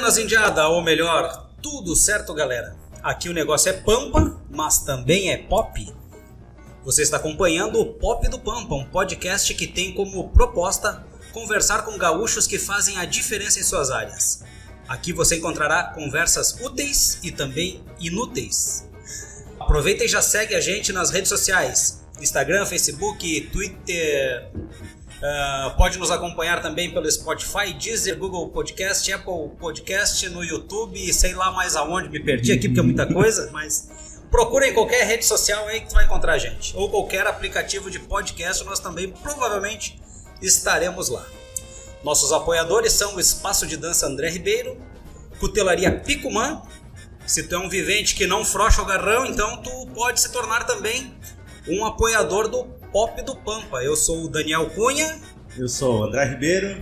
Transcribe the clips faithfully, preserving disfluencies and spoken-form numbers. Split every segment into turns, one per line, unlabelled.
Buenas indiada, ou melhor, tudo certo, galera? Aqui o negócio é pampa, mas também é pop. Você está acompanhando o Pop do Pampa, um podcast que tem como proposta conversar com gaúchos que fazem a diferença em suas áreas. Aqui você encontrará conversas úteis e também inúteis. Aproveita e já segue a gente nas redes sociais, Instagram, Facebook, Twitter. Uh, pode nos acompanhar também pelo Spotify, Deezer, Google Podcast, Apple Podcast, no YouTube e sei lá mais aonde, me perdi aqui porque é muita coisa, mas procura em qualquer rede social aí que tu vai encontrar a gente, ou qualquer aplicativo de podcast, nós também provavelmente estaremos lá. Nossos apoiadores são o Espaço de Dança André Ribeiro, Cutelaria Picumã. Se tu é um vivente que não frouxa o garrão, então tu pode se tornar também um apoiador do Pop do Pampa. Eu sou o Daniel Cunha.
Eu sou o André Ribeiro.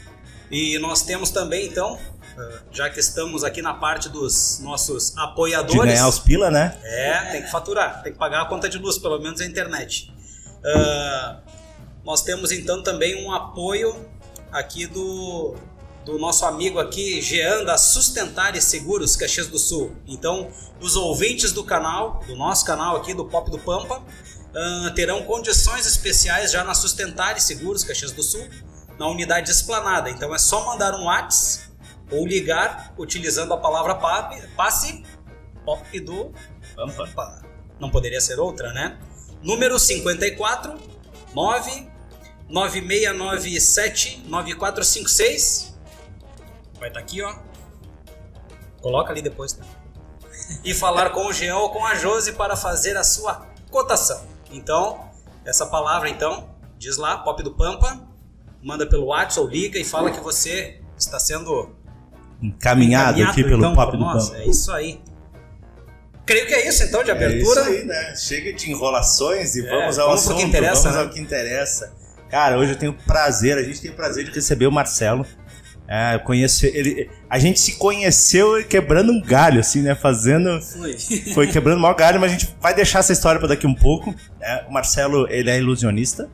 E nós temos também, então, já que estamos aqui na parte dos nossos apoiadores...
De ganhar os pila, né?
É, tem que faturar, tem que pagar a conta de luz, pelo menos a internet. Uh, nós temos então também um apoio aqui do, do nosso amigo aqui, Jean, da Sustentar e Seguros, Caxias do Sul. Então, os ouvintes do canal, do nosso canal aqui, do Pop do Pampa, Uh, terão condições especiais já na Sustentar e Seguros, Caxias do Sul, na unidade Esplanada. Então é só mandar um WhatsApp ou ligar utilizando a palavra passe, Pop do Pampa. Não poderia ser outra, né? Número cinquenta e quatro, nove nove seis nove sete nove quatro cinco seis. Vai estar aqui, ó. Coloca ali depois, tá? E falar com o Jean ou com a Josi para fazer a sua cotação. Então, essa palavra, então, diz lá, Pop do Pampa, manda pelo WhatsApp ou liga e fala que você está sendo
encaminhado, encaminhado aqui pelo
então,
Pop do Pampa.
É isso aí. Creio que é isso, então, de abertura.
É isso aí, né? Chega de enrolações e é, vamos ao
vamos
assunto,
que interessa,
vamos
né?
ao que interessa. Cara, hoje eu tenho prazer, a gente tem o prazer de receber o Marcelo. É, eu conheço ele, a gente se conheceu quebrando um galho, assim, né? Fazendo.
Foi.
Foi quebrando o maior galho, mas a gente vai deixar essa história para daqui um pouco. É, o Marcelo, ele é ilusionista.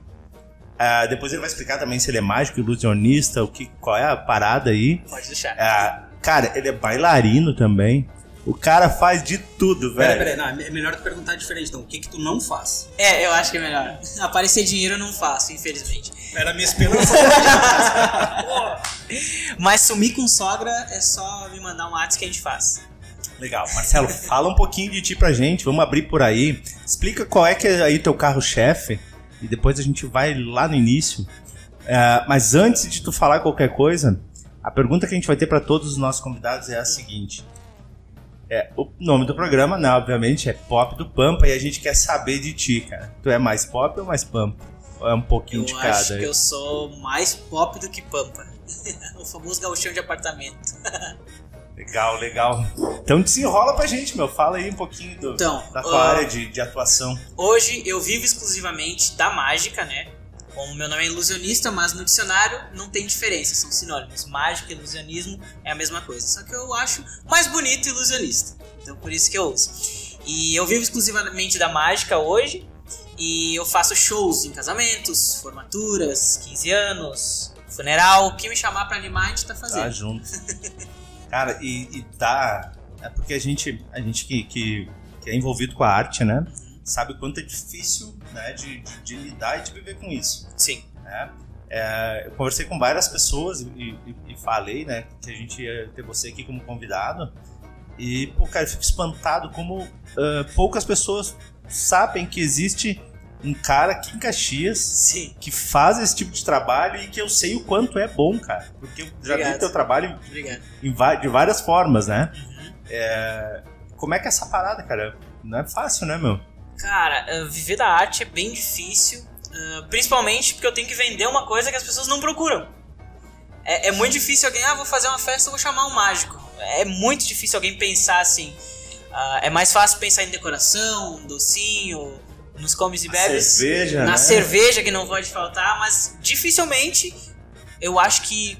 É, depois ele vai explicar também se ele é mágico, ilusionista, o que, qual é a parada aí.
Pode deixar.
É, cara, ele é bailarino também. O cara faz de tudo, velho.
Peraí, peraí, é melhor tu perguntar diferente, então. O que que tu não faz?
É, eu acho que é melhor. Aparecer dinheiro eu não faço, infelizmente.
Era a minha esperança.
Mas sumir com sogra é só me mandar um WhatsApp que a gente faz.
Legal. Marcelo, fala um pouquinho de ti pra gente. Vamos abrir por aí. Explica qual é que é aí teu carro-chefe. E depois a gente vai lá no início. É, mas antes de tu falar qualquer coisa, a pergunta que a gente vai ter pra todos os nossos convidados é a seguinte. É, o nome do programa, né, obviamente, é Pop do Pampa e a gente quer saber de ti, cara. Tu é mais pop ou mais pampa? Ou é um pouquinho
eu
de cada?
Eu acho que eu sou mais pop do que pampa. O famoso gauchão de apartamento.
Legal, legal. Então desenrola pra gente, meu. Fala aí um pouquinho do,
então,
da tua
uh,
área de, de atuação.
Hoje eu vivo exclusivamente da mágica, né? Como meu nome é ilusionista, mas no dicionário não tem diferença, são sinônimos. Mágica e ilusionismo é a mesma coisa. Só que eu acho mais bonito ilusionista. Então por isso que eu uso. E eu vivo exclusivamente da mágica hoje. E eu faço shows em casamentos, formaturas, quinze anos, funeral. O que me chamar pra animar, a gente tá fazendo.
Tá junto. Cara, e, e tá... É porque a gente, a gente que, que, que é envolvido com a arte, né? Sabe o quanto é difícil, né, de, de, de lidar e de viver com isso.
Sim.
Né? É, eu conversei com várias pessoas e, e, e falei, né, que a gente ia ter você aqui como convidado. E, pô, cara, eu fico espantado como uh, poucas pessoas sabem que existe um cara aqui em Caxias
Sim.
que faz esse tipo de trabalho e que eu sei o quanto é bom, cara. Porque eu já
Obrigado.
vi o teu trabalho
Obrigado.
Em, de várias formas, né?
Uhum.
É, como é que é essa parada, cara? Não é fácil, né, meu?
Cara, uh, viver da arte é bem difícil, uh, principalmente porque eu tenho que vender uma coisa que as pessoas não procuram. É, é muito difícil alguém, ah, vou fazer uma festa, vou chamar um mágico. É muito difícil alguém pensar assim. Uh, é mais fácil pensar em decoração, um docinho, nos comes e bebes.
Cerveja,
na
né?
cerveja que não pode faltar, mas dificilmente eu acho que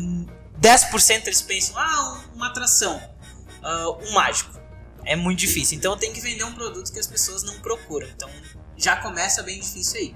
dez por cento eles pensam, ah, uma atração, uh, um mágico. É muito difícil, então eu tenho que vender um produto que as pessoas não procuram, então já começa bem difícil aí.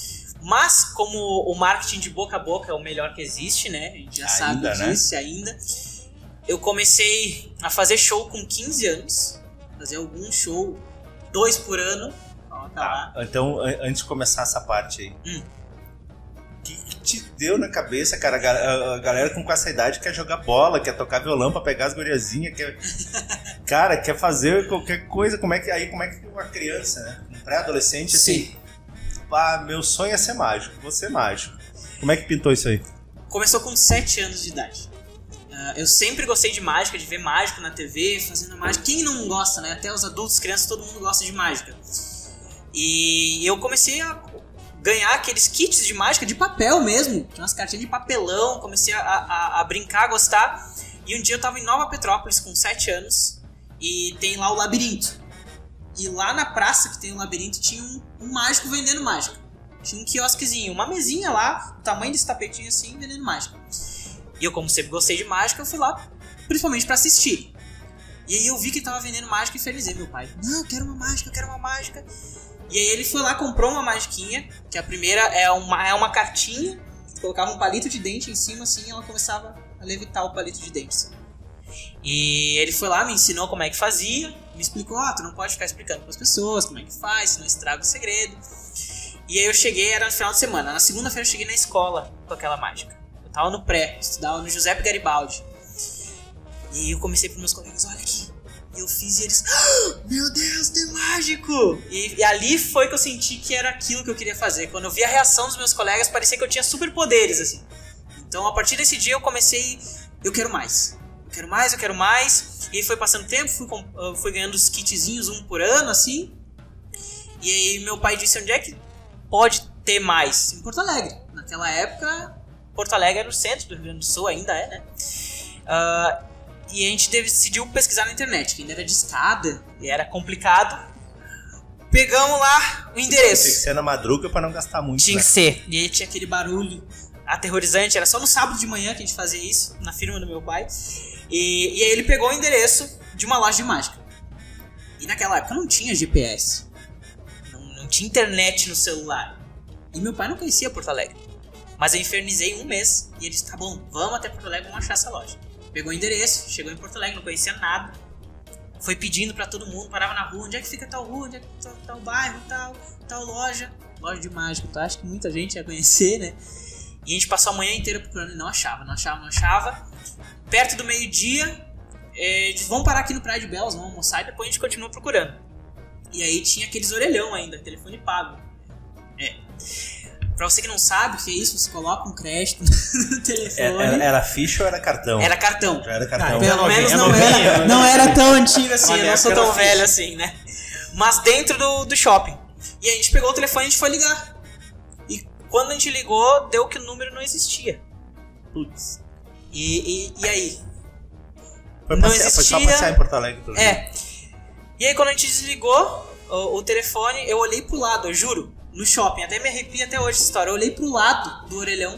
Mas como o marketing de boca a boca é o melhor que existe, né? A gente já
ainda,
sabe
né?
disso ainda. eu comecei a fazer show com quinze anos. Fazer algum show, dois por ano. Ó, tá lá.
Então, an- antes de começar essa parte aí,
Hum.
o que, que te deu na cabeça, cara? A, ga- a galera com essa idade quer jogar bola, quer tocar violão pra pegar as guriazinhas, quer... cara, quer fazer qualquer coisa. Como é que, aí, como é que uma criança, né? Um pré-adolescente, assim, ah, meu sonho é ser mágico, vou ser mágico. Como é que pintou isso aí?
Começou com sete anos de idade. Uh, eu sempre gostei de mágica, de ver mágico na T V, fazendo mágica. Quem não gosta, né? Até os adultos, crianças, todo mundo gosta de mágica. E eu comecei a ganhar aqueles kits de mágica de papel mesmo. Tinha umas cartinhas de papelão, comecei a, a, a brincar, a gostar. E um dia eu tava em Nova Petrópolis com sete anos e tem lá o labirinto. E lá na praça que tem o labirinto tinha um, um mágico vendendo mágica. Tinha um quiosquezinho, uma mesinha lá, do tamanho desse tapetinho assim, vendendo mágica. E eu, como sempre gostei de mágica, eu fui lá, principalmente pra assistir. E aí eu vi que ele tava vendendo mágica e felizei meu pai. Não, eu quero uma mágica, eu quero uma mágica. E aí ele foi lá, comprou uma magiquinha, que a primeira é uma, é uma cartinha, colocava um palito de dente em cima assim, e ela começava a levitar o palito de dente. Assim. E ele foi lá, me ensinou como é que fazia, me explicou, ah, tu não pode ficar explicando pras pessoas como é que faz, senão estraga o segredo. E aí eu cheguei, era no final de semana, na segunda-feira eu cheguei na escola com aquela mágica. Eu tava no pré, estudava no Giuseppe Garibaldi. E eu comecei pros meus colegas, olha aqui. E eu fiz e eles, ah, meu Deus, tem mágico! E, e ali foi que eu senti que era aquilo que eu queria fazer. Quando eu vi a reação dos meus colegas, parecia que eu tinha superpoderes, assim. Então, a partir desse dia, eu comecei, eu quero mais. Eu quero mais, eu quero mais. E aí foi passando tempo, fui, fui ganhando os kitzinhos um por ano, assim. E aí meu pai disse, onde é que pode ter mais? Em Porto Alegre. Naquela época, Porto Alegre era o centro do Rio Grande do Sul, ainda é, né? Uh, e a gente decidiu pesquisar na internet, que ainda era de escada e era complicado. Pegamos lá o endereço.
Tem que ser na madruga pra não gastar muito.
Tinha
né?
que ser. E aí tinha aquele barulho aterrorizante. Era só no sábado de manhã que a gente fazia isso, na firma do meu pai. E, e aí ele pegou o endereço de uma loja de mágica. E naquela época não tinha G P S. Não, não tinha internet no celular. E meu pai não conhecia Porto Alegre. Mas eu infernizei um mês. E ele disse, tá bom, vamos até Porto Alegre, vamos achar essa loja. Pegou o endereço, chegou em Porto Alegre, não conhecia nada. Foi pedindo pra todo mundo, parava na rua, onde é que fica tal rua, onde é que fica tal bairro, tal, tal loja. Loja de mágica, tu acha que muita gente ia conhecer, né? E a gente passou a manhã inteira procurando e não achava, não achava, não achava. Perto do meio-dia, é, disse, vamos parar aqui no Praia de Belas, vamos almoçar e depois a gente continua procurando. E aí tinha aqueles orelhão ainda, telefone pago. É. Pra você que não sabe o que é isso, você coloca um crédito no telefone.
Era, era ficha ou era cartão?
Era cartão.
Já era cartão.
Ah, pelo
novinha,
menos
é
não
novinha,
era,
né?
não era tão antigo assim,
Olha,
eu não sou
era
tão
ficha.
velho assim, né? Mas dentro do, do shopping. E a gente pegou o telefone e a gente foi ligar. E quando a gente ligou, deu que o número não existia.
Putz.
E, e, e aí?
Foi,
Não
passear, foi só
existia-
passear em Porto Alegre. pelo jeito.
É. E aí quando a gente desligou o, o telefone, eu olhei pro lado, eu juro, no shopping, até me arrepia até hoje essa história. Eu olhei pro lado do orelhão,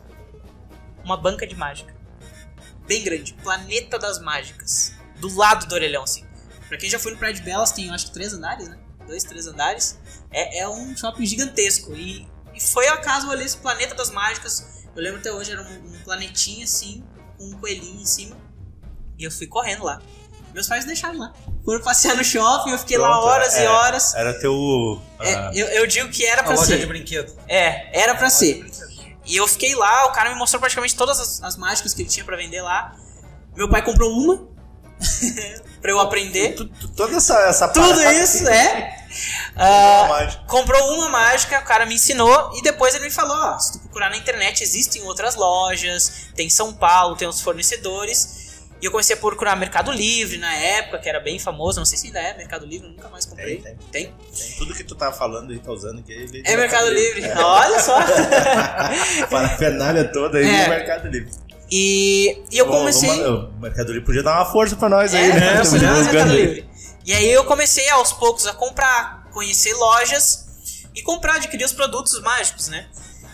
uma banca de mágica. Bem grande, Planeta das Mágicas. Do lado do orelhão, assim. Pra quem já foi no Praia de Belas, tem acho que três andares, né? Dois, três andares. É, é um shopping gigantesco. E, e foi ao acaso eu olhei esse Planeta das Mágicas. Eu lembro até hoje, era um, um planetinha assim, com um coelhinho em cima. E eu fui correndo lá. Meus pais deixaram lá. Foram passear no shopping, eu fiquei lá
Pronto,
horas
é,
e horas.
Era teu...
É,
ah,
eu, eu digo que era
A
pra
loja
ser.
de brinquedo.
É, era pra ser. E eu fiquei lá, o cara me mostrou praticamente todas as, as mágicas que ele tinha pra vender lá. Meu pai comprou uma pra eu aprender.
tu- tu- toda essa, essa
Tudo
parada
isso, é.
uma
Ah,
mágica.
comprou uma mágica, o cara me ensinou e depois ele me falou, ó, se tu procurar na internet existem outras lojas, tem em São Paulo, tem os fornecedores. E eu comecei a procurar Mercado Livre na época, que era bem famoso, não sei se ainda é Mercado Livre, eu nunca mais comprei.
Tem,
Tem?
Tem tudo que tu tá falando e tá usando aqui. ele-
É Mercado Livre, olha só.
A parafernália toda aí
É.
no Mercado Livre.
E, e eu
Bom,
comecei...
vamos- o Mercado Livre podia dar uma força pra nós aí,
É,
né?
eu
Estamos
fui no
divulgando
Mercado
aí.
Livre. E aí eu comecei aos poucos a comprar, conhecer lojas e comprar, adquirir os produtos mágicos, né?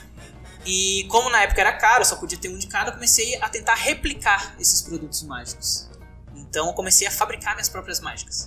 E como na época era caro, eu só podia ter um de cada, eu comecei a tentar replicar esses produtos mágicos. Então eu comecei a fabricar minhas próprias mágicas.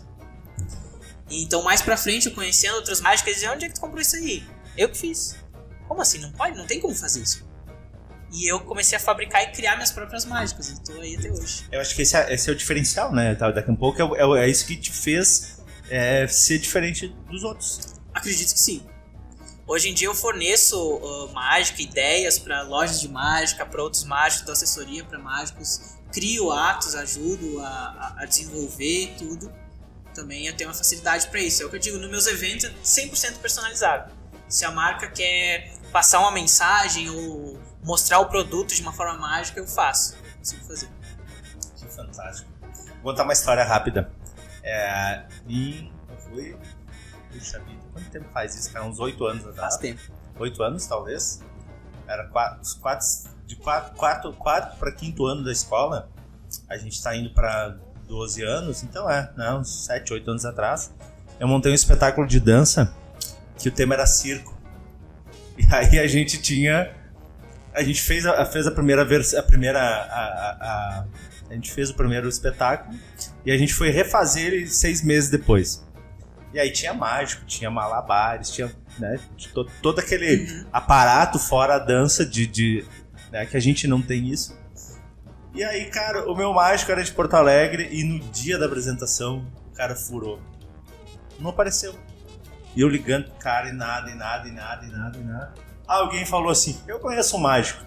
E então mais pra frente, eu conhecendo outras mágicas, dizia, onde é que tu comprou isso aí? Eu que fiz. Como assim? Não pode? Não tem como fazer isso. E eu comecei a fabricar e criar minhas próprias mágicas. E tô aí até hoje.
Eu acho que esse é, esse é o diferencial, né? Daqui a pouco é, é, é isso que te fez é, ser diferente dos outros.
Acredito que sim. Hoje em dia eu forneço uh, mágica, ideias para lojas de mágica, para outros mágicos, da assessoria para mágicos. Crio atos, ajudo a, a, a desenvolver tudo. Também eu tenho uma facilidade para isso. É o que eu digo, nos meus eventos é cem por cento personalizado. Se a marca quer passar uma mensagem ou mostrar o produto de uma forma mágica, eu faço. Eu consigo fazer.
Que fantástico. Vou contar uma história rápida. É, e eu fui... Puxa vida, quanto tempo faz isso? Cara, uns oito anos atrás.
Faz tempo.
Oito anos, talvez. Era quatro, quatro, de quatro, quatro, quatro para quinto ano da escola. A gente tá indo para doze anos, então é, né, uns sete, oito anos atrás. Eu montei um espetáculo de dança que o tema era circo. E aí a gente tinha... A gente fez a, fez a primeira versão, a primeira... A, a, a, a gente fez o primeiro espetáculo e a gente foi refazer ele seis meses depois. E aí tinha mágico, tinha malabares, tinha, né, todo, todo aquele uhum. aparato fora a dança de, de né, que a gente não tem isso. E aí, cara, o meu mágico era de Porto Alegre e no dia da apresentação o cara furou. Não apareceu. E eu ligando pro cara e nada, e nada, e nada, e nada, e nada. Alguém falou assim, eu conheço um mágico.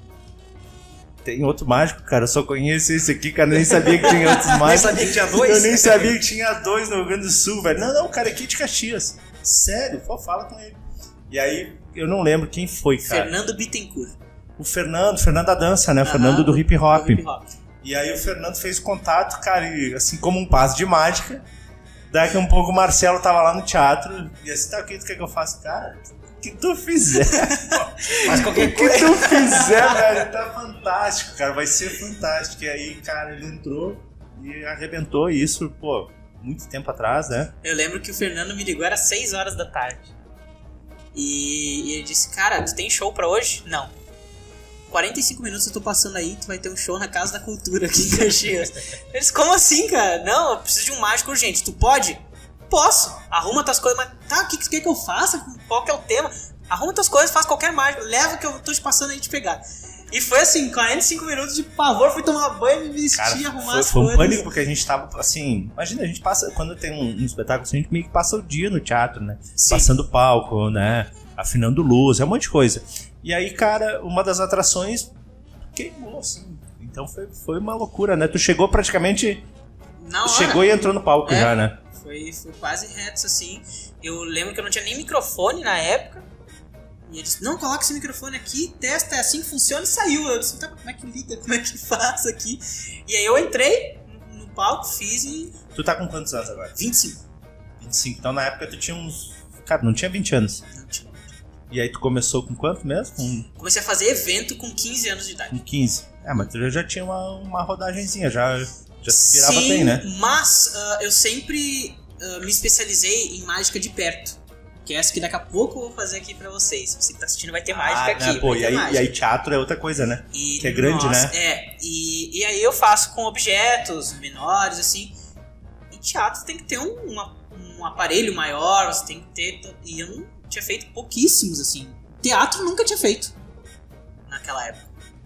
Tem outro mágico, cara, eu só conheço esse aqui, cara, eu nem sabia que tinha outros mágicos.
Nem sabia que tinha dois?
Eu nem sabia que tinha dois no Rio Grande do Sul, velho. Não, não, o cara aqui de Caxias. Sério, pô, fala com ele. E aí, eu não lembro quem foi, cara.
Fernando Bittencourt.
O Fernando, Fernando da dança, né? O
Aham,
Fernando do hip hop.
do hip hop.
E aí o Fernando fez contato, cara, e assim como um passo de mágica. Daqui a um pouco o Marcelo tava lá no teatro. E assim, tá, o que tu quer que eu faça? Cara, o que tu fizer.
Mas qualquer
O que tu fizer, velho, tá fantástico, cara. Vai ser fantástico. E aí, cara, ele entrou e arrebentou isso, pô, muito tempo atrás, né?
Eu lembro que o Fernando me ligou, era seis horas da tarde. E, e ele disse, cara, tu tem show pra hoje? Não. quarenta e cinco minutos eu tô passando aí, tu vai ter um show na Casa da Cultura aqui em Caxias. Eu disse, como assim, cara? Não, eu preciso de um mágico urgente. Tu pode? Posso. Arruma tuas coisas, mas tá, o que tu quer que eu faça? Qual que é o tema? Arruma tuas coisas, faz qualquer mágico, leva que eu tô te passando aí te pegar. E foi assim, quarenta e cinco minutos de pavor, fui tomar banho, me vestir,
cara,
arrumar
foi,
as
foi
coisas.
um pânico, porque a gente tava, assim... Imagina, a gente passa... Quando tem um, um espetáculo, assim, a gente meio que passa o dia no teatro, né?
Sim.
Passando palco, né? Afinando luz, é um monte de coisa. E aí, cara, uma das atrações queimou, assim. Então foi, foi uma loucura, né? Tu chegou praticamente...
Na hora.
Chegou e entrou no palco
É.
já, né?
Foi, foi quase reto, assim. Eu lembro que eu não tinha nem microfone na época. E ele disse, não, coloca esse microfone aqui, testa, é assim que funciona, e saiu. Eu disse, tá, como é que liga, como é que faz aqui? E aí eu entrei no palco, fiz e...
Tu tá com quantos anos agora?
vinte e cinco.
vinte e cinco. Então na época tu tinha uns... Cara, não tinha vinte anos.
Não tinha.
E aí tu começou com quanto mesmo? Com,
Comecei a fazer evento com quinze anos de idade.
com quinze. É, mas tu já tinha uma, uma rodagenzinha, já, já se virava
Sim,
bem, né?
mas uh, eu sempre uh, me especializei em mágica de perto. Que é essa que daqui a pouco eu vou fazer aqui pra vocês. Você que tá assistindo vai ter mágica
Ah,
aqui.
né, pô,
vai
e
ter
aí,
mágica.
e aí teatro é outra coisa, né?
E,
que é grande,
nossa,
né?
É, e, e aí eu faço com objetos menores, assim. E teatro tem que ter um, uma, um aparelho maior, você tem que ter... E eu não tinha feito pouquíssimos, assim. Teatro nunca tinha feito naquela época.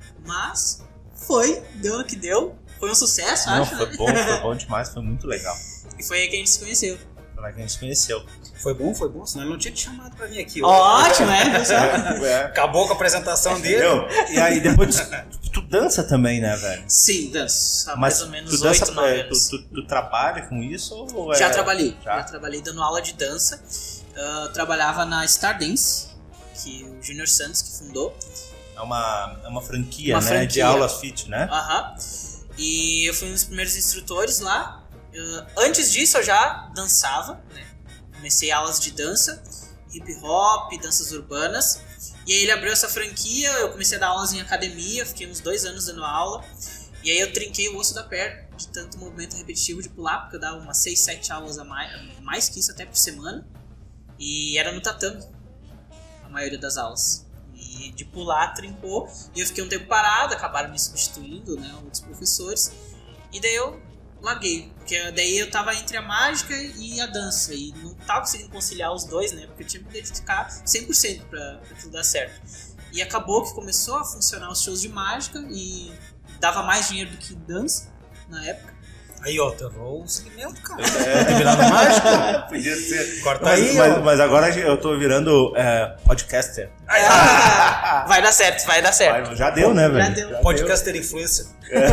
Mas foi, deu no que deu. Foi um sucesso,
Não,
acho,
foi
né?
bom, foi bom demais, foi muito legal.
E foi aí que a gente se conheceu.
Foi lá que a gente se conheceu.
Foi bom, foi bom, senão eu não tinha te chamado pra vir aqui.
Ótimo, é?
É, é.
Acabou com a apresentação dele.
Entendeu? E aí depois tu, tu dança também, né, velho?
Sim, danço. Há
Mas
mais ou menos
tu dança,
oito, nove
é,
anos.
tu, tu, tu trabalha com isso ou é...
Já trabalhei,
Já?
já trabalhei dando aula de dança. Uh, trabalhava na Stardance, que o Júnior Santos que fundou.
É uma, é uma franquia,
Uma
né?
franquia.
De aulas fit, né?
Aham. E eu fui um dos primeiros instrutores lá. Uh, antes disso eu já dançava, né? Comecei aulas de dança, hip hop, danças urbanas. E aí ele abriu essa franquia, eu comecei a dar aulas em academia, fiquei uns dois anos dando aula. E aí eu trinquei o osso da perna de tanto movimento repetitivo de pular, porque eu dava umas seis, sete aulas a mais, mais que isso até por semana. E era no tatame, a maioria das aulas. E de pular, trincou. E eu fiquei um tempo parado, acabaram me substituindo, né, outros professores. E daí eu larguei, porque daí eu tava entre a mágica e a dança. E não tava conseguindo conciliar os dois, né, porque eu tinha que me dedicar cem por cento pra, pra aquilo dar certo. E acabou que começou a funcionar os shows de mágica e dava mais dinheiro do que dança na época.
Aí, ó, tornou o segmento, cara.
É.
Tá virando mágico?
Podia ser.
Corta
mas,
aí,
mas,
ó.
mas agora eu tô virando é, podcaster.
Ah, vai dar certo, vai dar certo.
Já deu, né, velho?
Já deu.
Já
Podcaster influencer.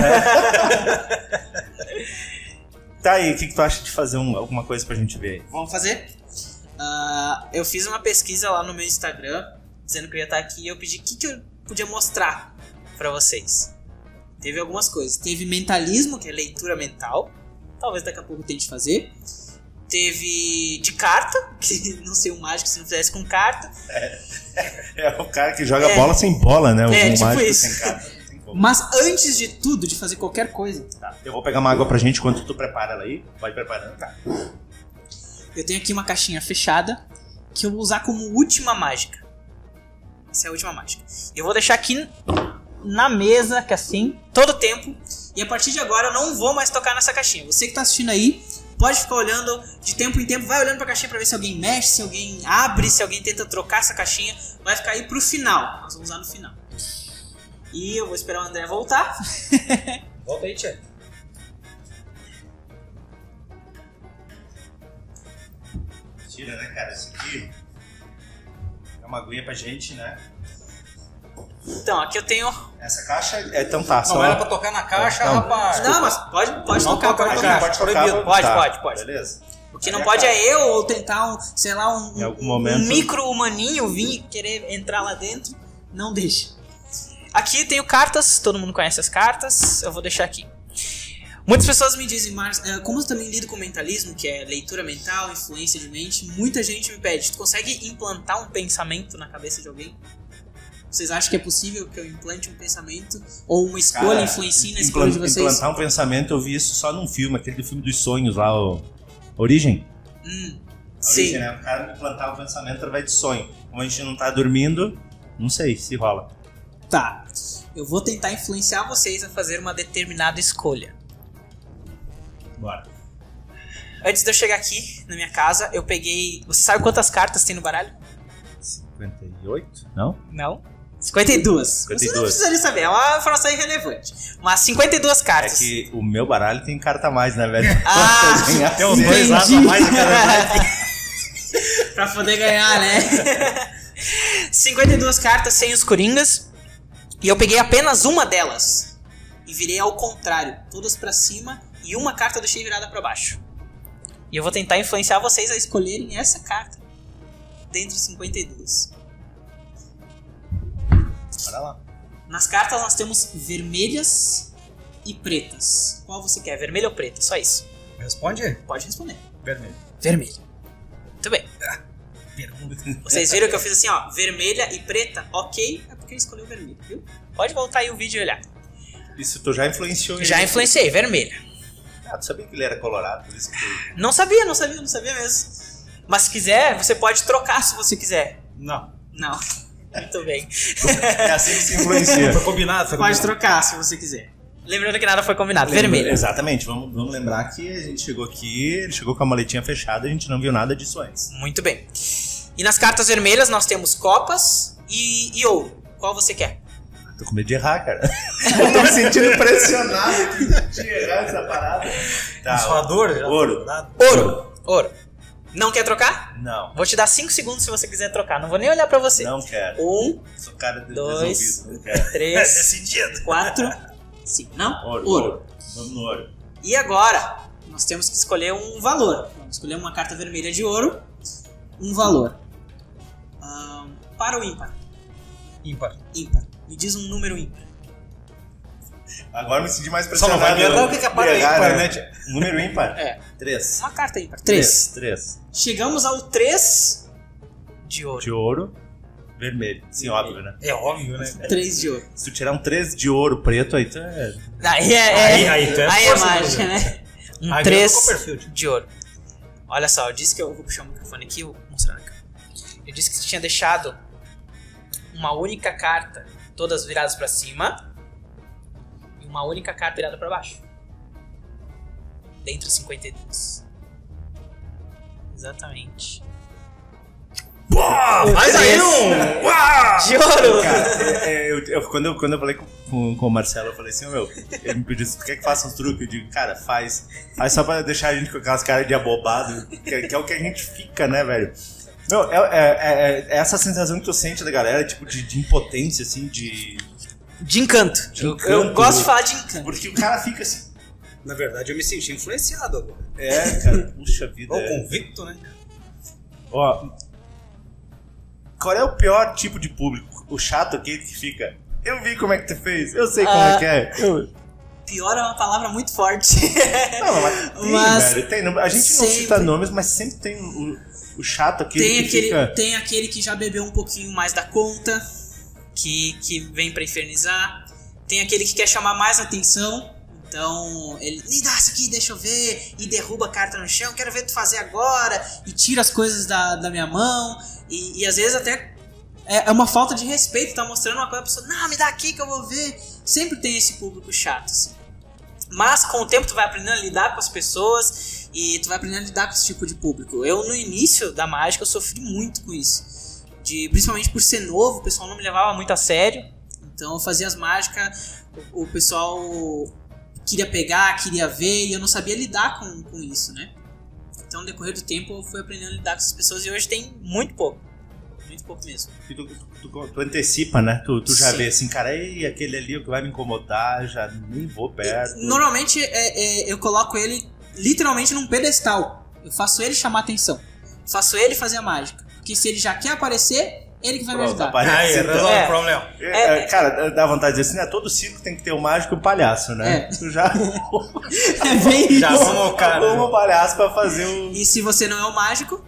Tá aí, o que, que tu acha de fazer um, alguma coisa pra gente ver aí?
Vamos fazer? Uh, eu fiz uma pesquisa lá no meu Instagram, dizendo que eu ia estar aqui, e eu pedi o que, que eu podia mostrar pra vocês. Teve algumas coisas. Teve mentalismo, que é leitura mental. Talvez daqui a pouco eu tente fazer. Teve de carta, que não sei um mágico se não fizesse com carta.
É o cara que joga
É.
bola sem bola, né?
É,
um
tipo
mágico
isso.
sem carta. Não tem como.
Mas antes de tudo, de fazer qualquer coisa,
Tá, eu vou pegar uma água pra gente enquanto tu prepara ela aí. Vai preparando. Tá.
eu tenho aqui uma caixinha fechada que eu vou usar como última mágica. Essa é a última mágica. Eu vou deixar aqui na mesa, que assim, todo o tempo. E a partir de agora eu não vou mais tocar nessa caixinha. Você que tá assistindo aí, pode ficar olhando de tempo em tempo. Vai olhando pra caixinha pra ver se alguém mexe, se alguém abre, se alguém tenta trocar essa caixinha. Vai ficar aí pro final. Nós vamos usar no final. E eu vou esperar o André voltar.
Volta aí, Tchê.
Tira, né, cara? Isso aqui é uma aguinha pra gente, né?
Então, aqui eu tenho...
Essa caixa é tão fácil.
Não era pra tocar na caixa,
Não,
rapaz.
Não, mas pode, pode
Não
tocar,
toca
pode
na
tocar.
caixa.
Pode
proibido.
tocar.
Pode,
Tá,
pode, pode.
Beleza.
O que
Aí
não
a
pode
cara.
é eu ou tentar, um, sei lá, um,
Em algum
um-
momento.
um micro-humaninho vir e querer entrar lá dentro. Não deixa. Aqui tenho cartas, todo mundo conhece as cartas, eu vou deixar aqui. Muitas pessoas me dizem, mas eh, como eu também lido com mentalismo, que é leitura mental, influência de mente, muita gente me pede, tu consegue implantar um pensamento na cabeça de alguém? Vocês acham que é possível que eu implante um pensamento ou uma escolha
Cara,
influencie na escolha de
implan-
vocês?
Implantar um pensamento, eu vi isso só num filme, aquele do filme dos sonhos lá, o Origem.
Hum,
A
sim.
Origem, né? O cara implantar um pensamento através de sonho. Como a gente não tá dormindo, não sei se rola.
Tá. Eu vou tentar influenciar vocês a fazer uma determinada escolha.
Bora.
Antes de eu chegar aqui na minha casa, eu peguei... Você sabe quantas cartas tem no baralho?
cinquenta e oito? Não?
Não. cinquenta e duas.
cinquenta e
Você não
duas.
precisaria saber, é uma informação irrelevante. Mas cinquenta e duas
É
cartas.
que o meu baralho tem carta a mais, né, velho?
Ah,
Tem
Tem uns
assim.
dois
entendi.
anos a mais em cada lado.
Pra poder ganhar, né? cinquenta e duas cartas sem os coringas. E eu peguei apenas uma delas. E virei ao contrário. Todas pra cima e uma carta do cheio virada pra baixo. E eu vou tentar influenciar vocês a escolherem essa carta dentre cinquenta e duas.
Bora lá.
Nas cartas nós temos vermelhas e pretas. Qual você quer? Vermelha ou preta? Só isso.
Responde.
Pode responder.
Vermelho.
Vermelha. Muito bem.
Pergunta.
Vocês viram que eu fiz assim, ó, vermelha e preta, ok, é porque eu escolhi o vermelho, viu? Pode voltar aí o vídeo e olhar.
Isso tu já influenciou ele.
Já influenciei, vermelha.
Ah, tu sabia que ele era colorado, por isso que tu...
Não sabia, não sabia, não sabia mesmo. Mas se quiser, você pode trocar se você quiser.
Não.
Não. Muito bem.
É assim que se influencia.
Foi combinado, foi
Pode
combinado.
trocar se você quiser. Lembrando que nada foi combinado. Vermelha.
Exatamente. Vamos, vamos lembrar que a gente chegou aqui, ele chegou com a maletinha fechada, a gente não viu nada disso antes.
Muito bem. E nas cartas vermelhas nós temos copas e, e ouro. Qual você quer?
Tô com medo de errar, cara. Eu tô me sentindo pressionado aqui de errar essa parada. Tá,
Suador, já
ouro.
tá
Ouro. Ouro. Não quer trocar?
Não,
Vou te dar cinco segundos se você quiser trocar. Não vou nem olhar pra você.
não quero.
Um,
Sou cara de
dois,
resolvido, não quero.
três,
decidido.
quatro, cinco. Não?
Ouro, ouro. Vamos no ouro.
E agora, nós temos que escolher um valor. Vamos escolher uma carta vermelha de ouro. Um valor. Ahn, para o ímpar?
Ímpar.
Ímpar. Me diz um número ímpar.
Agora eu me senti mais
Só
pressionado.
não vai me errar o que que é para
Errar,
ímpar,
né?
né, tia?
Número ímpar?
É.
Três.
Uma carta ímpar. Três.
Três.
Chegamos ao três de ouro.
De ouro, vermelho. Sim, óbvio, né?
É óbvio, né?
Três de ouro.
Se tu tirar um três de ouro preto, aí tu é...
Aí é, é,
Aí- aí tu é
aí é
força,
mágica,
né?
né? Um
Aí
três
ganhou o Copperfield.
de ouro. Olha só, eu disse que eu vou puxar o microfone aqui e vou mostrar na câmera. Eu disse que você tinha deixado uma única carta, todas viradas pra cima, e uma única carta virada pra baixo. Dentre os cinquenta e dois. Exatamente.
Pô, faz aí um... Uau!
De ouro!
Cara, é, é, eu, eu, quando, eu, quando eu falei com, com, com o Marcelo, eu falei assim, meu, ele me pediu, tu quer que faça uns truques? Eu digo, cara, faz. Faz só pra deixar a gente com aquelas caras de abobado, que, que é o que a gente fica, né, velho? Meu, é, é, é, é essa sensação que tu sente da galera, tipo, de, de impotência, assim, de...
De encanto.
De
eu,
encanto,
eu gosto
né?
de falar de encanto.
Porque o cara fica assim...
Na verdade, eu me senti influenciado agora.
É, cara, puxa vida.
Ou
é.
convicto, né?
Ó, qual é o pior tipo de público? O chato, aquele que fica... Eu vi como é que tu fez, eu sei como
Ah,
é que é. Eu...
Pior é uma palavra muito forte.
Não, mas tem,
Mas
velho, tem. A gente não
sempre-
cita nomes, mas sempre tem o, o chato, aquele
Tem
que
aquele,
fica...
tem aquele que já bebeu um pouquinho mais da conta, que, que vem pra infernizar. Tem aquele que quer chamar mais atenção, então ele me dá isso aqui, deixa eu ver, e derruba a carta no chão, quero ver tu fazer agora, e tira as coisas da, da minha mão, e, e às vezes até é, é uma falta de respeito, tá mostrando uma coisa, a pessoa, não, me dá aqui que eu vou ver. Sempre tem esse público chato, assim. Mas com o tempo tu vai aprendendo a lidar com as pessoas e tu vai aprendendo a lidar com esse tipo de público. Eu no início da mágica eu sofri muito com isso, de, principalmente por ser novo, o pessoal não me levava muito a sério. Então eu fazia as mágicas, o, o pessoal queria pegar, queria ver, e eu não sabia lidar com, com isso, né? Então no decorrer do tempo eu fui aprendendo a lidar com essas pessoas e hoje tem muito pouco. Muito pouco mesmo.
Tu, tu, tu, tu, tu antecipa, né? Tu, tu já
Sim.
vê assim, cara, ei, aquele ali é o que vai me incomodar, já nem vou perto.
Normalmente é, é, eu coloco ele literalmente num pedestal. Eu faço ele chamar atenção. Faço ele fazer a mágica. Porque se ele já quer aparecer, ele que vai me
Pronto,
ajudar.
aparece,
Aí,
então.
resolve
É.
o problema.
É, é, cara, dá vontade de dizer assim, né? Todo circo tem que ter o mágico e o palhaço, né?
É.
Tu já
É bem
Já
isso.
arruma o cara.
arruma o palhaço pra fazer o...
E se você não é o mágico...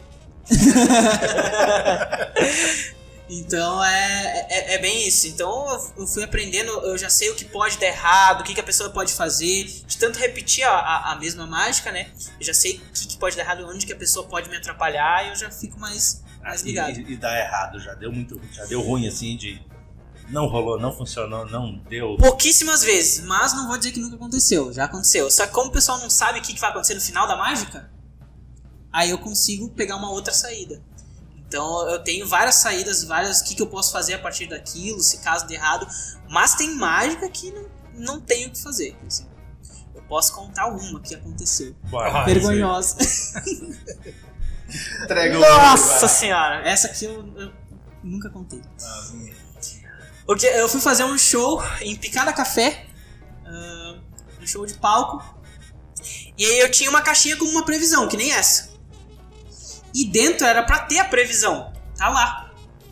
Então é, é, é bem isso. Então eu- eu fui aprendendo, eu já sei o que pode dar errado, o que, que a pessoa pode fazer. De tanto repetir a, a, a mesma mágica, né? Eu já sei o que, que pode dar errado, onde que a pessoa pode me atrapalhar, e eu já fico mais, mais
E,
ligado.
e, e dá errado, já deu muito, já deu ruim assim de... Não rolou, não funcionou, não deu...
Pouquíssimas vezes, mas não vou dizer que nunca aconteceu, já aconteceu. Só que como o pessoal não sabe o que que vai acontecer no final da mágica, aí eu consigo pegar uma outra saída. Então eu tenho várias saídas, várias, o que, que eu posso fazer a partir daquilo, se caso dê errado. Mas tem mágica que não, não tenho o que fazer. Assim. Eu posso contar uma que aconteceu.
Bora,
Ah,
Vergonhosa.
Entrega o
Nossa senhora, essa aqui eu, eu nunca contei.
Ah,
Porque eu fui fazer um show em Picada Café, uh, um show de palco, e aí eu tinha uma caixinha com uma previsão, que nem essa. E dentro era pra ter a previsão, tá lá.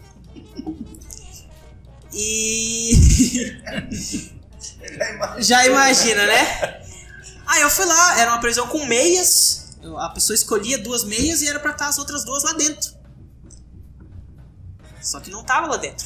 E... Já imagina, né? Aí eu fui lá, era uma previsão com meias, eu- a pessoa escolhia duas meias e era pra estar as outras duas lá dentro. Só que não tava lá dentro.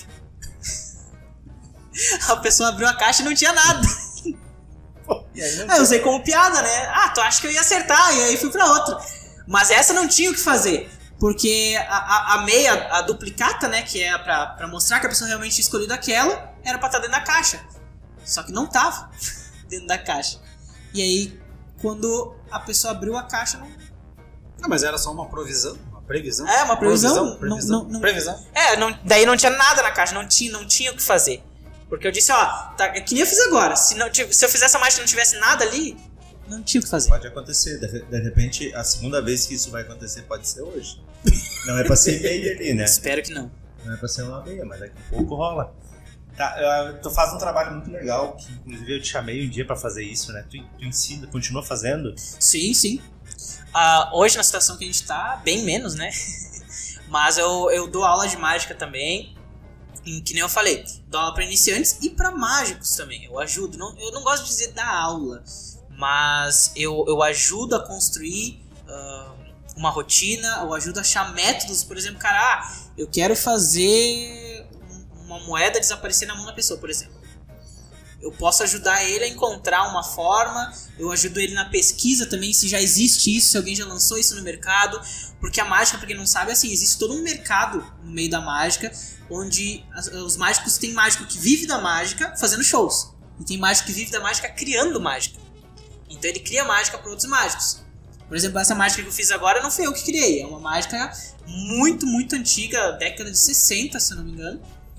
A pessoa abriu a caixa e não tinha nada. Aí eu usei como piada, né? Ah, tu acha que eu ia acertar? E aí fui pra outra. Mas essa não tinha o que fazer. Porque a, a, a meia, a duplicata, né? Que é pra, pra mostrar que a pessoa realmente tinha escolhido aquela, era pra estar dentro da caixa. Só que não tava dentro da caixa. E aí, quando a pessoa abriu a caixa, não...
Ah, mas era só uma provisão? Uma previsão?
É, uma previsão.
Provisão? Previsão?
Não- não- não-
Previsão?
É, não, daí não tinha nada na caixa, não tinha, não tinha o que fazer. Porque eu disse, ó, tá, que nem eu fiz agora. Se, não, tiv- se eu fizesse a mágica e não tivesse nada ali, não tinha o que fazer.
Pode acontecer, de, de repente a segunda vez que isso vai acontecer pode ser hoje. Não é pra ser meia ali, né?
Espero que não.
Não é pra ser uma meia, mas daqui a pouco rola. Tá, eu- tu faz um trabalho muito legal, que inclusive eu te chamei um dia pra fazer isso, né? Tu, tu ensina, continua fazendo?
Sim, sim. Ah, hoje, na situação que a gente tá, bem menos, né? Mas eu, eu dou aula de mágica também. Em, que nem eu falei, dou aula pra iniciantes e pra mágicos também. Eu ajudo. Não, eu não gosto de dizer dar aula, mas eu, eu ajudo a construir ah, uma rotina, eu ajudo a achar métodos. Por exemplo, cara, ah, eu quero fazer um- uma moeda desaparecer na mão da pessoa, por exemplo. Eu posso ajudar ele a encontrar uma forma, eu ajudo ele na pesquisa também, se já existe isso, se alguém já lançou isso no mercado, porque a mágica, pra quem não sabe, é assim, existe todo um mercado no meio da mágica, onde as- os mágicos, tem mágico que vive da mágica fazendo shows, e tem mágico que vive da mágica criando mágica. Então ele cria mágica para outros mágicos. Por exemplo, essa mágica que eu fiz agora não fui eu que criei, é uma mágica muito, muito antiga, década de sessenta, se eu não me engano.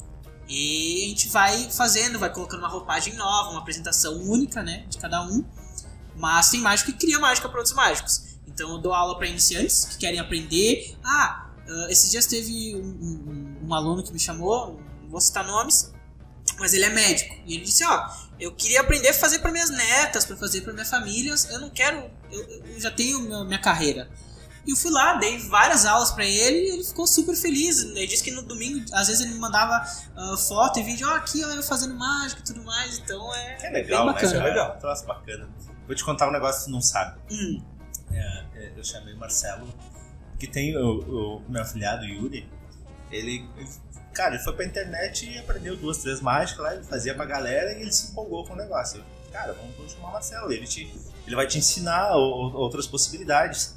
E a gente vai fazendo, vai colocando uma roupagem nova, uma apresentação única, né, de cada um. Mas tem mágico que cria mágica para outros mágicos. Então eu dou aula para iniciantes que querem aprender. Ah, uh, esses dias teve um, um, um aluno que me chamou, não vou citar nomes, mas ele é médico. E ele disse, ó, eu queria aprender a fazer para minhas netas, para fazer para minha família. Eu não quero, eu, eu já tenho minha, minha carreira. E eu fui lá, dei várias aulas pra ele e ele ficou super feliz. Ele disse que no domingo, às vezes ele me mandava uh, foto e vídeo, ó, aqui ó, eu fazendo mágica e tudo mais. Então é,
é legal,
bem bacana.
Né? É legal, um troço bacana. Vou te contar um negócio que tu não sabe.
Hum.
É, é, eu chamei o Marcelo, que tem o, o meu afilhado Yuri. Ele, ele, cara, ele foi pra internet e aprendeu duas, três mágicas lá, ele fazia pra galera e ele se empolgou com o negócio. Eu, cara, vamos, vamos chamar o Marcelo, ele, te, ele vai te ensinar o, outras possibilidades.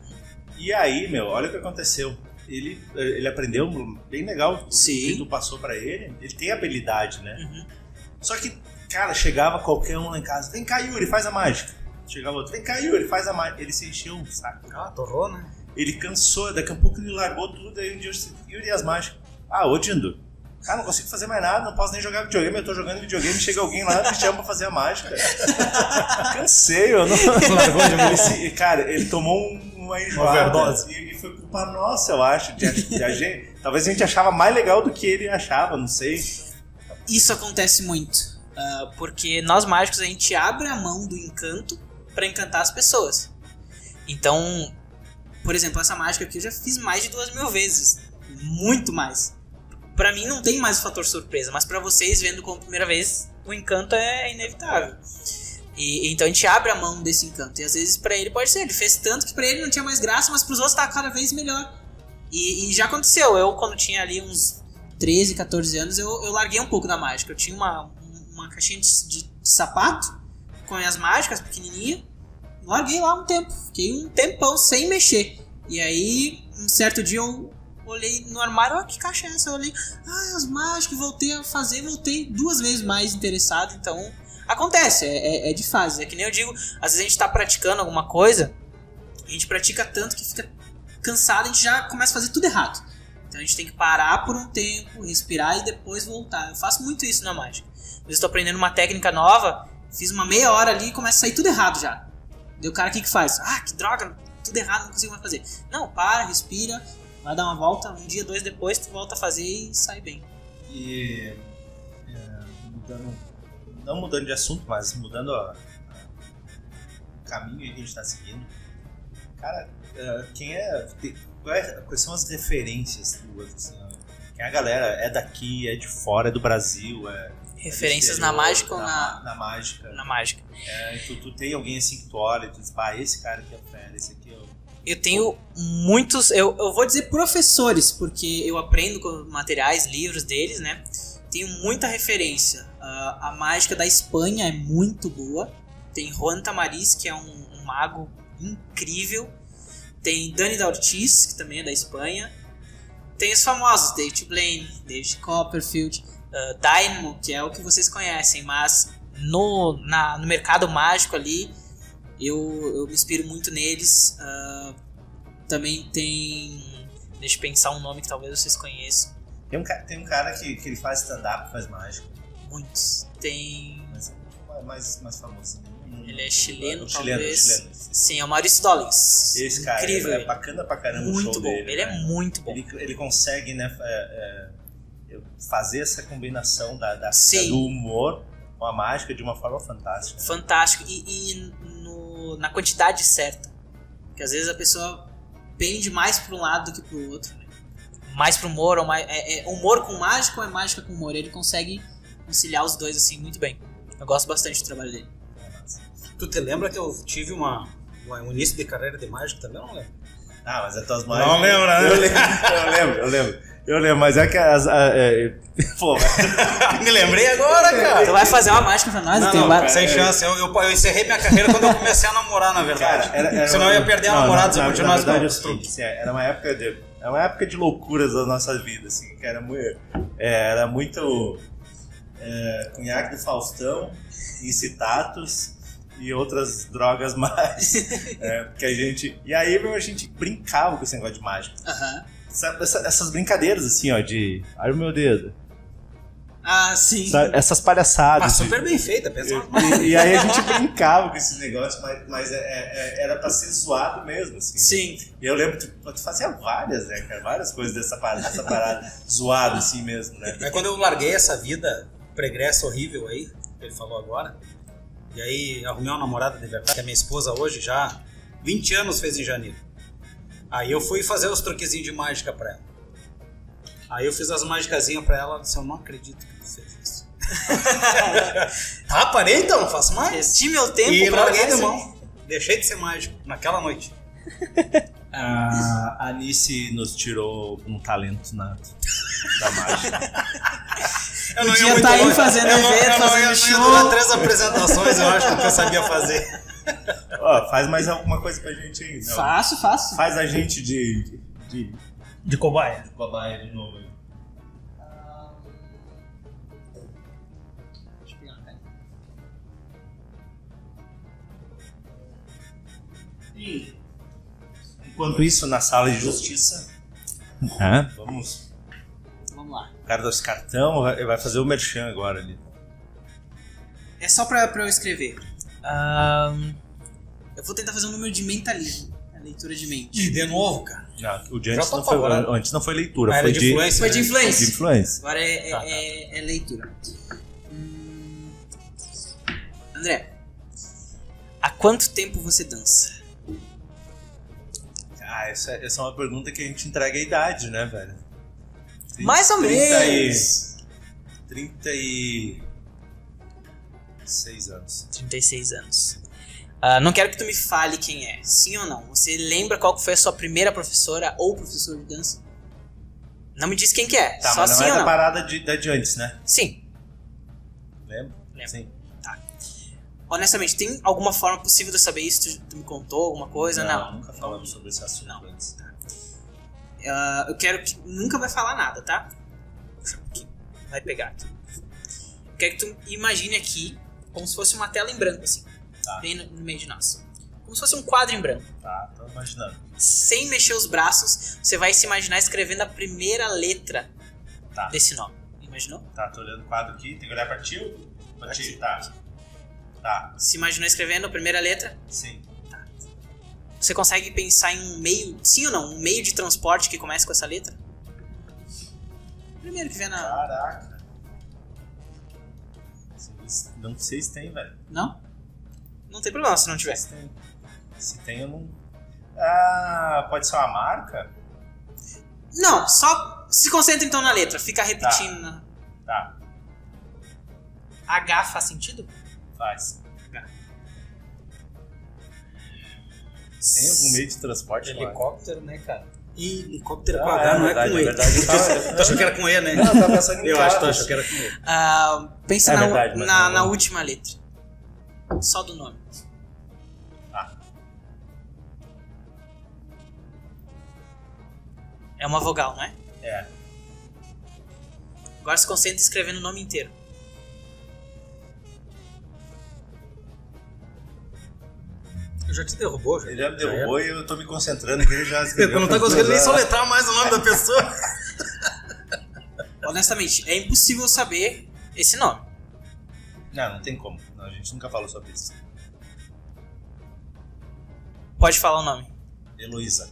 E aí, meu, olha o que aconteceu. Ele, ele aprendeu bem legal.
Sim.
O que tu passou pra ele. Ele tem habilidade, né?
Uhum.
Só que, cara, chegava qualquer um lá em casa. Vem cá, Yuri, faz a mágica. Chegava outro. Vem cá, Yuri, faz a mágica. Ele se encheu um saco.
Ah, torrou, né?
Ele cansou. Daqui a pouco ele largou tudo. Aí um dia eu disse, Yuri, e as mágicas? Ah, ô, Dindo. Cara, não consigo fazer mais nada. Não posso nem jogar videogame. Eu tô jogando videogame. Chega alguém lá e me chama pra fazer a mágica. Cansei, eu não... ele se, cara, ele tomou um uma enjoada e, e foi culpa nossa, eu acho, de, de a gente, talvez a gente achava mais legal do que ele achava, não sei.
Isso acontece muito, uh, porque nós mágicos a gente abre a mão do encanto pra encantar as pessoas. Então, por exemplo, essa mágica aqui eu já fiz mais de duas mil vezes, muito mais. Pra mim não tem mais o fator surpresa, mas pra vocês vendo como primeira vez, o encanto é inevitável. E, então a gente abre a mão desse encanto. E às vezes pra ele pode ser, ele fez tanto que pra ele não tinha mais graça, mas pros outros tá cada vez melhor. E, e já aconteceu, eu quando tinha ali uns treze, catorze anos, eu, eu larguei um pouco da mágica. Eu tinha uma, uma caixinha de, de, de sapato com as mágicas pequenininha. Larguei lá um tempo, fiquei um tempão sem mexer. E aí, um certo dia eu olhei no armário, ó, que caixa é essa? Eu olhei, ah, as mágicas, voltei a fazer, voltei duas vezes mais interessado, então... Acontece, é, é, é de fase. É que nem eu digo, às vezes a gente tá praticando alguma coisa, a gente pratica tanto que fica cansado, a gente já começa a fazer tudo errado. Então a gente tem que parar por um tempo, respirar e depois voltar. Eu faço muito isso na mágica. Às vezes eu tô aprendendo uma técnica nova, fiz uma meia hora ali e começa a sair tudo errado já. Daí o cara, o que que faz? Ah, que droga, tudo errado, não consigo mais fazer. Não, para, respira, vai dar uma volta, um dia, dois depois, tu volta a fazer e sai bem.
E... É, mudando... Não mudando de assunto, mas mudando a, a, o caminho que a gente está seguindo. Cara, uh, quem é, é. Quais são as referências tuas? Assim, quem é a galera? É daqui, é de fora, é do Brasil? É,
referências
é
na mágica ou
na,
na.
Na mágica.
Na mágica.
É, tu, tu tem alguém assim que tu olha e tu diz, pá, esse cara aqui é fera, esse aqui é o.
Eu tenho muitos. Eu, eu vou dizer professores, porque eu aprendo com materiais, livros deles, né? Tenho muita referência. Uh, a mágica da Espanha é muito boa. Tem Juan Tamariz, que é um, um mago incrível. Tem Dani da Ortiz, que também é da Espanha. Tem os famosos, David Blaine, David Copperfield, uh, Dynamo, que é o que vocês conhecem. Mas no, na, no mercado mágico ali, eu, eu me inspiro muito neles. Uh, também tem... Deixa eu pensar um nome que talvez vocês conheçam.
Tem um, tem um cara que, que ele faz stand-up, faz mágica.
Muitos. Tem...
Mas é mais, mais famoso.
Ele é chileno,
é,
talvez.
Chileno, chileno.
Sim, é o Maurício Dollins.
Esse cara
incrível,
é, é bacana pra caramba
muito
o show
bom.
dele.
Ele
né?
é muito bom.
Ele, ele consegue, né, é, é, fazer essa combinação da, da, da, do humor com a mágica de uma forma fantástica. Né?
Fantástico. E, e no, na quantidade certa. Porque às vezes a pessoa pende mais pra um lado do que pro outro, né? Mais pro humor, ou mais, é, é humor com mágica ou é mágica com humor? Ele consegue conciliar os dois assim muito bem. Eu gosto bastante do trabalho dele.
Tu te lembra que eu tive uma, uma, um início de carreira de mágico também, não lembro?
Ah, mas as tuas mágicas...
Não lembro, né?
Eu lembro, eu lembro, eu lembro. Eu lembro, mas é que as... A, é, pô,
me lembrei agora, cara.
Tu vai fazer uma mágica pra nós?
Não,
eu
não,
tenho
cara, sem chance. Eu, eu, eu encerrei minha carreira quando eu comecei a namorar, na verdade.
Cara, era, era
senão
uma...
eu ia perder
não,
a namorada se eu
na,
continuasse
na verdade,
com
eu assim, era uma época de... Era uma época de loucuras da nossa vida, assim, que era muito... É, era muito... É, cunhaque do Faustão, incitatos e outras drogas mais. É, porque a gente... E aí, meu, a gente brincava com esse negócio de mágica.
Aham.
Essa, essa, essas brincadeiras, assim, ó, de... Olha o meu dedo.
Ah, sim.
Sabe? Essas palhaçadas.
Mas
de-
super bem feita, pensa.
E, e aí a gente brincava com esses negócios, mas, mas é, é, era pra ser zoado mesmo, assim.
Sim.
E eu lembro que tu, tu fazia várias, né, cara? Várias coisas dessa parada, dessa parada zoado assim mesmo, né?
Aí quando eu larguei essa vida pregressa horrível aí, que ele falou agora, e aí arrumei uma namorada de verdade, que é minha esposa hoje já, vinte anos fez em janeiro. Aí eu fui fazer os truquezinhos de mágica pra ela. Aí eu fiz as magicazinhas pra ela, ela disse, eu não acredito que tu fez isso. Tá, parei então, faço mais.
Investi meu tempo
E
pra
larguei de
fazer.
mão. Deixei de ser mágico naquela noite.
A Anice nos tirou um talento nato da mágica.
Eu
Podia
ia muito
tá aí
longe.
fazendo
Eu não-
evento,
eu não
fazendo
ia-
show.
Eu ia durar três apresentações, eu acho, que eu sabia fazer.
Ó, faz mais alguma coisa pra gente aí. Não.
Faço, faço.
Faz a gente de, de
De cobaia.
cobaia de novo aí.
Deixa eu pegar uma caneta.
E, enquanto isso, na sala de justiça, é, vamos.
Vamos lá.
O cara dos cartão vai, vai fazer o merchan agora ali.
É só pra, pra eu escrever. Ahn, eu vou tentar fazer um número de mentalismo. A leitura de mente.
E de novo, cara.
Não, o de
Já
antes
tô
não, foi,
apavorado.
antes não foi leitura,
Ah, era
foi
de
de,
influência.
Foi de
né?
de
influência.
influência.
Agora é, é,
Tá, tá.
é- é leitura. Hum, André, há quanto tempo você dança?
Ah, essa, essa é uma pergunta que a gente entrega a idade, né, velho? Trinta-
Mais ou
trinta
menos.
E, trinta e seis anos.
trinta e seis anos. Ah, não quero que tu me fale quem é. Sim ou não? Você lembra qual que foi a sua primeira professora ou professor de dança? Não me diz quem que é.
Tá,
Só
mas não
sim
é
ou
da
não?
parada de, da de antes, né?
Sim.
Lembra?
Lembro.
Sim.
Honestamente, tem alguma forma possível de eu saber isso? Tu, tu me contou alguma coisa? Não.
Nunca falamos sobre esse assunto
Não.
antes.
Ah, eu quero que... Nunca vai falar nada, tá? Puxa, aqui. Vai pegar aqui. Eu quero que tu imagine aqui como se fosse uma tela em branco, assim.
Tá.
Bem no, no meio de nós. Como se fosse um quadro em branco.
Tá, tô imaginando.
Sem mexer os braços, você vai se imaginar escrevendo a primeira letra
Tá.
desse nome. Imaginou?
Tá, tô olhando o quadro aqui, tem que olhar pra ti ou pra ti?
Aqui.
Tá. Tá,
Se imaginou escrevendo a primeira letra?
sim.
Você consegue pensar em um meio, sim ou não, um meio de transporte que comece com essa letra? Primeiro que vem na...
Caraca. Não sei se tem, velho.
Não? Não tem problema se não tiver.
Se tem. Se tem, eu não... Ah, pode ser uma marca?
Não, só se concentra então na letra. Fica repetindo. na-
Tá,
H faz sentido?
faz. Tem algum meio de transporte lá?
Helicóptero, né, cara? E helicóptero
Ah,
com H,
é
não é
verdade,
com
é
E.
verdade. Eu tava-
Tu achou que era com E, né?
Não, eu tava pensando em
Eu acho que tu
carros.
achou que era com E.
Ah, pensa
É
na,
verdade, mas
na,
não-
na última letra. Só do nome.
Ah,
É uma vogal, não é?
é.
Agora se concentra escrevendo o nome inteiro.
Já te derrubou, já.
Ele já me
Já
derrubou e eu tô me concentrando aqui, ele já
era.
escreveu.
Eu não tá
por
conseguindo nem
duas horas.
soletrar mais o nome da pessoa.
Honestamente, é impossível saber esse nome.
Não, não tem como. Não, a gente nunca falou sobre isso.
Pode falar o nome.
Heloísa.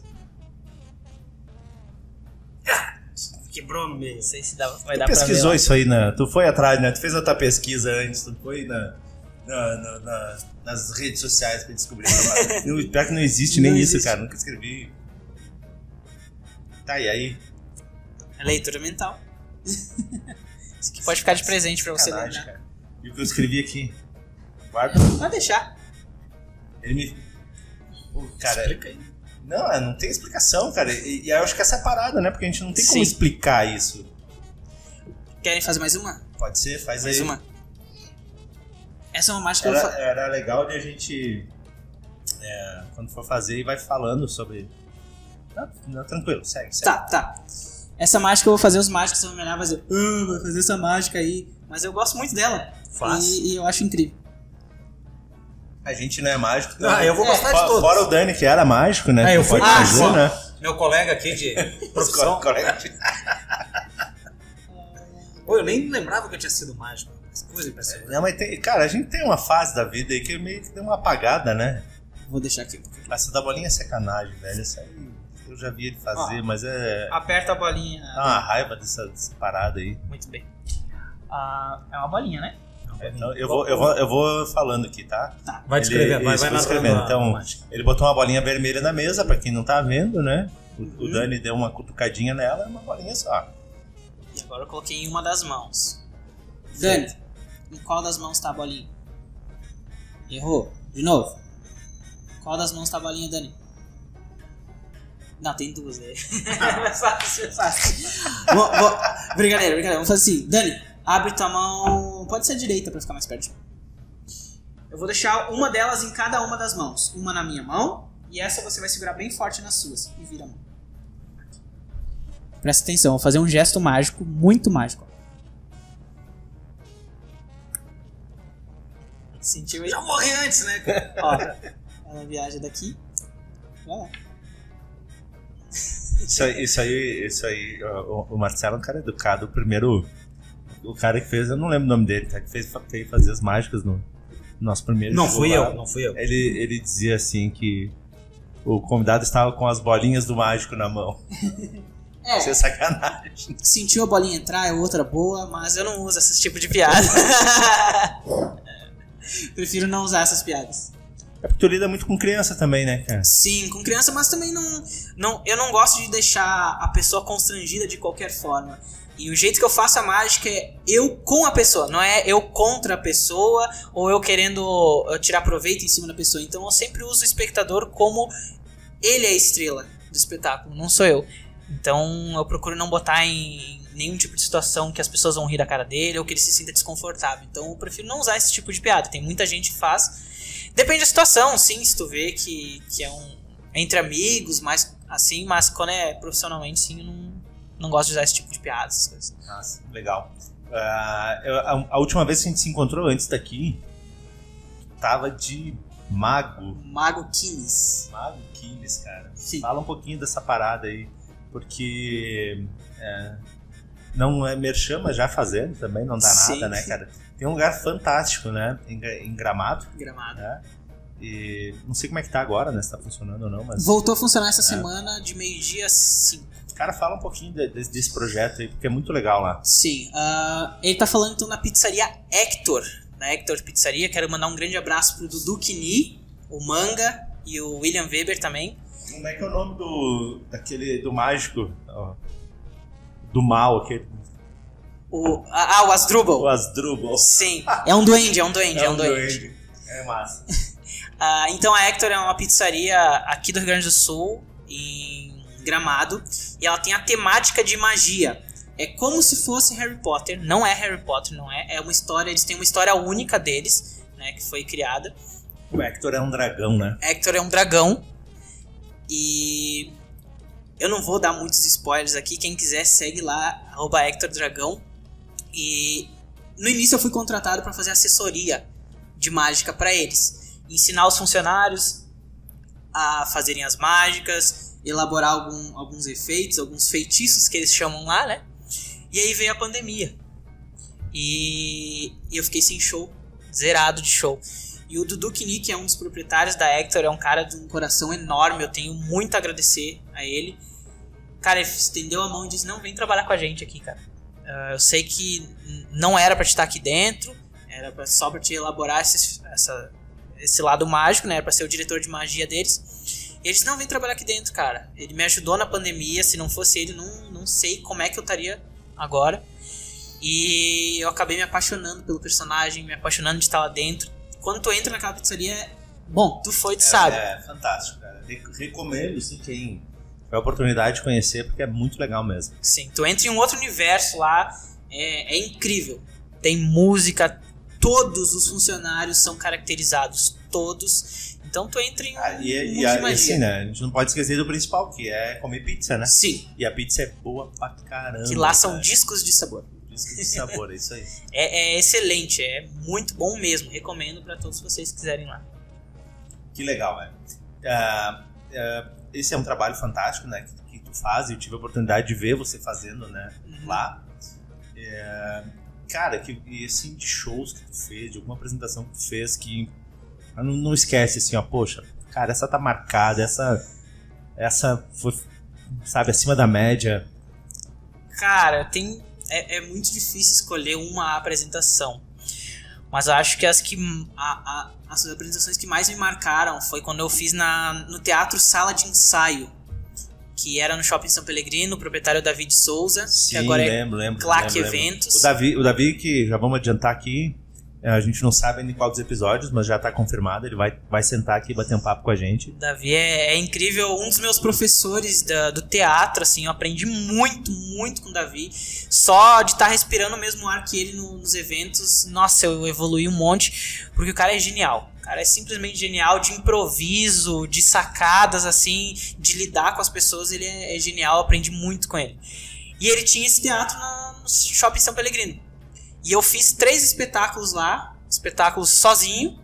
Quebrou no meio.
Não sei se dá, vai
Tu
dar pra ver.
pesquisou
lá.
isso aí, né? Tu foi atrás, né? Tu fez outra pesquisa antes, tu foi na, na- na- na- nas redes sociais pra descobrir. Não, pior que não existe nem
Não
isso,
existe.
cara. Nunca escrevi. Tá, e aí?
É leitura mental. Isso aqui pode ficar de presente pra você
Sacanagem,
lembrar.
cara. E o que eu escrevi aqui? Guarda.
Pode deixar.
Ele me. Pô, cara,
Explica aí.
não, é, não tem explicação, cara. E, e eu acho que essa é a parada, né? Porque a gente não tem como
Sim.
explicar isso.
Querem fazer mais uma?
Pode ser? Faz
Mais
aí.
uma. Essa é uma mágica que eu vou
Era,
fa-
era legal de a gente, é, quando for fazer, e vai falando sobre. Não, não, tranquilo, segue, segue.
Tá, tá. Essa mágica eu vou fazer, os mágicos vão me olhar e vão dizer, ah, vai fazer essa mágica aí. Mas eu gosto muito dela.
Faz.
E, e eu acho incrível.
A gente não é mágico.
Ah,
né?
eu vou gostar de
Fora-
todos.
Fora o Dani, que era mágico, né?
É, eu
que
fui
pode
mágico,
fazer,
ó.
né?
Meu colega aqui de profissão.
Correto.
Pô, eu nem lembrava que eu tinha sido mágico. Que coisa impressionante.
Não, mas tem, cara, a gente tem uma fase da vida aí que meio que deu uma apagada, né?
Vou deixar aqui.
Essa da bolinha é sacanagem, velho. Essa aí eu já vi ele fazer,
Ó,
mas é...
Aperta a bolinha.
Dá uma raiva dessa, dessa parada aí.
Muito bem. Ah, é uma bolinha, né?
Então, eu, vou, eu, vou, eu vou falando aqui, tá?
Tá.
Vai descrevendo,
ele,
vai,
isso,
vai
vou escrevendo.
narrando a
Então,
mágica.
ele botou uma bolinha vermelha na mesa, pra quem não tá vendo, né? O,
Uhum.
o Dani deu uma cutucadinha nela, uma bolinha só.
E agora eu coloquei em uma das mãos. Dani, em qual das mãos tá a bolinha? Errou. De novo. Qual das mãos tá a bolinha, Dani? Não, tem duas, né? É fácil, é fácil. vou, vou... Brincadeira, brincadeira. Vamos fazer assim. Dani, abre tua mão... Pode ser a direita pra ficar mais perto. Eu vou deixar uma delas em cada uma das mãos. Uma na minha mão. E essa você vai segurar bem forte nas suas. E vira a mão. Presta atenção, vou fazer um gesto mágico, muito mágico. Sentiu aí?
Já morri antes, né, cara?
Ó, ela viaja daqui. Vai lá.
Isso aí, isso aí, isso aí o, o Marcelo é um cara educado. O primeiro, o cara que fez, eu não lembro o nome dele, tá? Que fez, fez fazer as mágicas no, no nosso primeiro
Não
jogo
fui
lá.
eu, não fui eu.
Ele, ele dizia assim que o convidado estava com as bolinhas do mágico na mão.
É,
Isso é sacanagem.
sentiu a bolinha entrar, é outra boa, mas eu não uso esse tipo de piada. Prefiro não usar essas piadas.
É porque tu lida muito com criança também, né, cara?
Sim, com criança, mas também não, não... Eu não gosto de deixar a pessoa constrangida de qualquer forma. E o jeito que eu faço a mágica é eu com a pessoa, não é eu contra a pessoa ou eu querendo tirar proveito em cima da pessoa. Então eu sempre uso o espectador como ele é a estrela do espetáculo, não sou eu. Então eu procuro não botar em nenhum tipo de situação que as pessoas vão rir da cara dele ou que ele se sinta desconfortável. Então eu prefiro não usar esse tipo de piada. Tem muita gente que faz. Depende da situação, sim, se tu vê que, que é um entre amigos, mas assim, mas quando é profissionalmente, sim, eu não, não gosto de usar esse tipo de piada, essas coisas.
Nossa, legal. Uh, eu, a, a última vez que a gente se encontrou antes daqui, tava de mago.
Mago Kines.
Mago Kines, cara.
Sim.
Fala um pouquinho dessa parada aí, porque é, não é merchan, mas já fazendo também, não dá
Sim.
nada, né, cara? Tem um lugar fantástico, né, em, em Gramado.
Gramado.
Né? E não sei como é que tá agora, né, se tá funcionando ou não, mas...
Voltou a funcionar essa
É.
semana de meio-dia a cinco.
Cara, fala um pouquinho de, de, desse projeto aí, porque é muito legal lá.
Sim, uh, ele tá falando então na pizzaria Hector, na Hector Pizzaria. Quero mandar um grande abraço pro Dudu Kini, o Manga e o William Weber também.
Como é que é o nome do daquele do mágico, ó, do mal, aquele,
O, ah, o Asdrubal.
o Asdrubal.
Sim, é um duende, é um duende, é, um duende.
É massa.
Uh, então a Hector é uma pizzaria aqui do Rio Grande do Sul, em Gramado, e ela tem a temática de magia. É como se fosse Harry Potter, não é Harry Potter, não é, é uma história, eles têm uma história única deles, né, que foi criada.
O Hector é um dragão, né?
Hector é um dragão, e eu não vou dar muitos spoilers aqui, quem quiser segue lá, arroba Hector Dragão. E no início eu fui contratado para fazer assessoria de mágica para eles, ensinar os funcionários a fazerem as mágicas, elaborar algum, alguns efeitos, alguns feitiços que eles chamam lá, né? E aí veio a pandemia e, e eu fiquei sem show, zerado de show. E o Dudu Kini, que é um dos proprietários da Hector, é um cara de um coração enorme, eu tenho muito a agradecer a ele. Cara, ele estendeu a mão e disse, não, vem trabalhar com a gente aqui, cara. Uh, eu sei que não era pra te estar aqui dentro, era pra, só pra te elaborar esse, essa, esse lado mágico, né? Era pra ser o diretor de magia deles. E ele disse, não, vem trabalhar aqui dentro, cara. Ele me ajudou na pandemia, se não fosse ele, não, não sei como é que eu estaria agora. E eu acabei me apaixonando pelo personagem, me apaixonando de estar lá dentro. Quando tu entra naquela pizzaria, bom, tu foi, tu
É,
sabe.
É fantástico, cara. Re- Recomendo, se quem tiver a oportunidade de conhecer, porque é muito legal mesmo.
Sim, tu entra em um outro universo lá, é, é incrível. Tem música, todos os funcionários são caracterizados, todos. Então tu entra em um
Ah, e,
mundo
e, a-
de
e
magia.
assim, né? A gente não pode esquecer do principal, que é comer pizza, né?
Sim,
E a pizza é boa pra caramba.
que lá são
cara.
discos de sabor.
Disco de sabor, é isso aí.
É, é excelente, é muito bom mesmo. Recomendo pra todos vocês que quiserem lá.
Que legal, velho. Ah, ah, esse é um trabalho fantástico, né? Que, que tu faz, e eu tive a oportunidade de ver você fazendo, né?
Uhum.
Lá. É, cara, que, e assim, de shows que tu fez, de alguma apresentação que tu fez que não, não esquece assim, ó, poxa, cara, essa tá marcada, essa, essa foi, sabe, acima da média.
Cara, tem, é, é muito difícil escolher uma apresentação. Mas eu acho que as que a, a, as apresentações que mais me marcaram foi quando eu fiz na, no Teatro Sala de Ensaio, que era no Shopping São Pelegrino, o proprietário David Souza,
Sim,
que agora
lembro,
é
lembro,
Claque
lembro,
Eventos.
lembro. O Davi, o Davi, que já vamos adiantar aqui, a gente não sabe ainda em qual dos episódios, mas já tá confirmado, ele vai, vai sentar aqui e bater um papo com a gente.
O Davi é, é incrível, um dos meus professores da, do teatro, assim, eu aprendi muito, muito com o Davi. Só de estar tá respirando o mesmo ar que ele no, nos eventos, nossa, eu evoluí um monte, porque o cara é genial. O cara é simplesmente genial, de improviso, de sacadas, assim, de lidar com as pessoas, ele é, é genial, eu aprendi muito com ele. E ele tinha esse teatro no, no Shopping São Pelegrino. E eu fiz três espetáculos lá, espetáculos sozinho,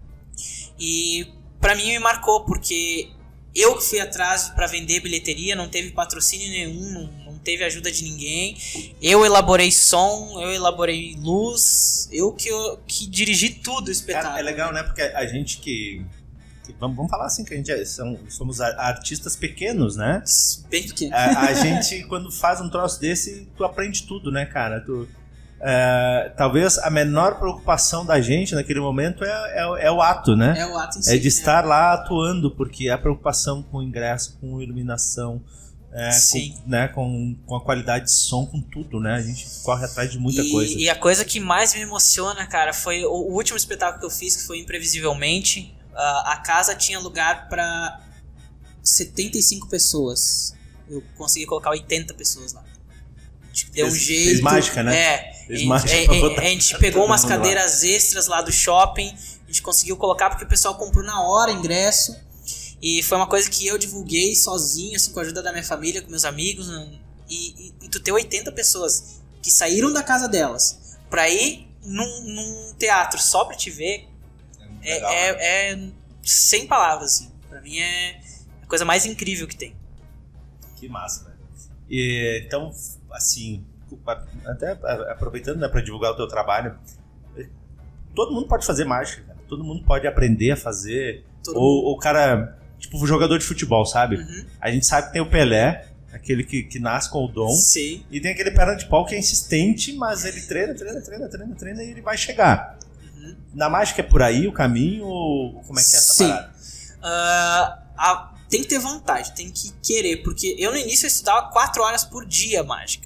e pra mim me marcou, porque eu que fui atrás pra vender bilheteria, não teve patrocínio nenhum, não, não teve ajuda de ninguém, eu elaborei som, eu elaborei luz, eu que, eu, que dirigi tudo o espetáculo.
Cara, é legal, né, porque a gente que... que vamos, vamos falar assim, que a gente é, são, somos artistas pequenos, né?
Bem pequeno.
A, a gente, quando faz um troço desse, tu aprende tudo, né, cara? Tu... É, talvez a menor preocupação da gente naquele momento é, é, é o ato, né?
É o ato em si.
É de estar é. lá atuando, porque a preocupação com o ingresso, com iluminação, é,
Sim.
Com, né, com, com a qualidade de som, com tudo, né? A gente corre atrás de muita
e,
coisa.
E a coisa que mais me emociona, cara, foi o, o último espetáculo que eu fiz, que foi Imprevisivelmente. Uh, a casa tinha lugar para setenta e cinco pessoas. Eu consegui colocar oitenta pessoas lá. Deu um
fez,
jeito.
Fez mágica, né?
É.
Fez
a,
mágica
gente,
pra
a,
botar
a gente pegou umas
lá.
cadeiras extras lá do shopping. A gente conseguiu colocar porque o pessoal comprou na hora ingresso. E foi uma coisa que eu divulguei sozinho, assim, com a ajuda da minha família, com meus amigos. E, e, e tu ter oitenta pessoas que saíram da casa delas pra ir num, num teatro só pra te ver. É, legal, é, né? é sem palavras, assim. Pra mim é a coisa mais incrível que tem.
Que massa, né? E, então, assim, até aproveitando, né, para divulgar o teu trabalho, todo mundo pode fazer mágica, cara. Todo mundo pode aprender a fazer. Ou o cara, tipo, o jogador de futebol, sabe? Uhum. A gente sabe que tem o Pelé, aquele que, que nasce com o dom.
Sim.
E tem aquele perna de pau que é insistente, mas ele treina, treina, treina, treina, treina e ele vai chegar. Uhum. Na mágica é por aí o caminho, ou como é que é essa
Sim.
parada?
Uh, a, tem que ter vontade, tem que querer, porque eu no início eu estudava quatro horas por dia mágica.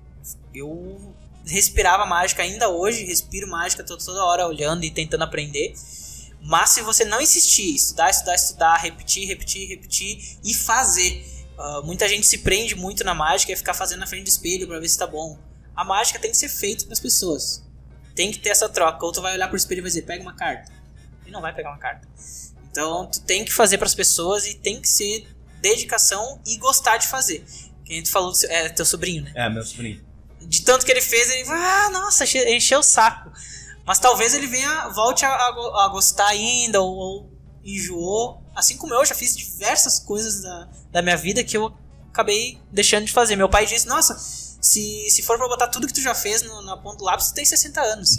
Eu respirava mágica, ainda hoje respiro mágica, tô toda hora olhando e tentando aprender. Mas se você não insistir, estudar, estudar, estudar, repetir, repetir, repetir e fazer. Uh, muita gente se prende muito na mágica e ficar fazendo na frente do espelho pra ver se tá bom. A mágica tem que ser feita pras pessoas. Tem que ter essa troca. Ou tu vai olhar pro espelho e vai dizer, pega uma carta. E não vai pegar uma carta. Então tu tem que fazer pras pessoas e tem que ser dedicação e gostar de fazer. Que a gente falou, seu, é teu sobrinho, né?
É, meu sobrinho.
De tanto que ele fez, ele vai, ah, nossa, encheu o saco. Mas talvez ele venha, volte a, a, a gostar ainda, ou, ou enjoou. Assim como eu já fiz diversas coisas da, da minha vida que eu acabei deixando de fazer. Meu pai disse, nossa, se, se for pra botar tudo que tu já fez no, na ponta do lápis, tu tem sessenta anos.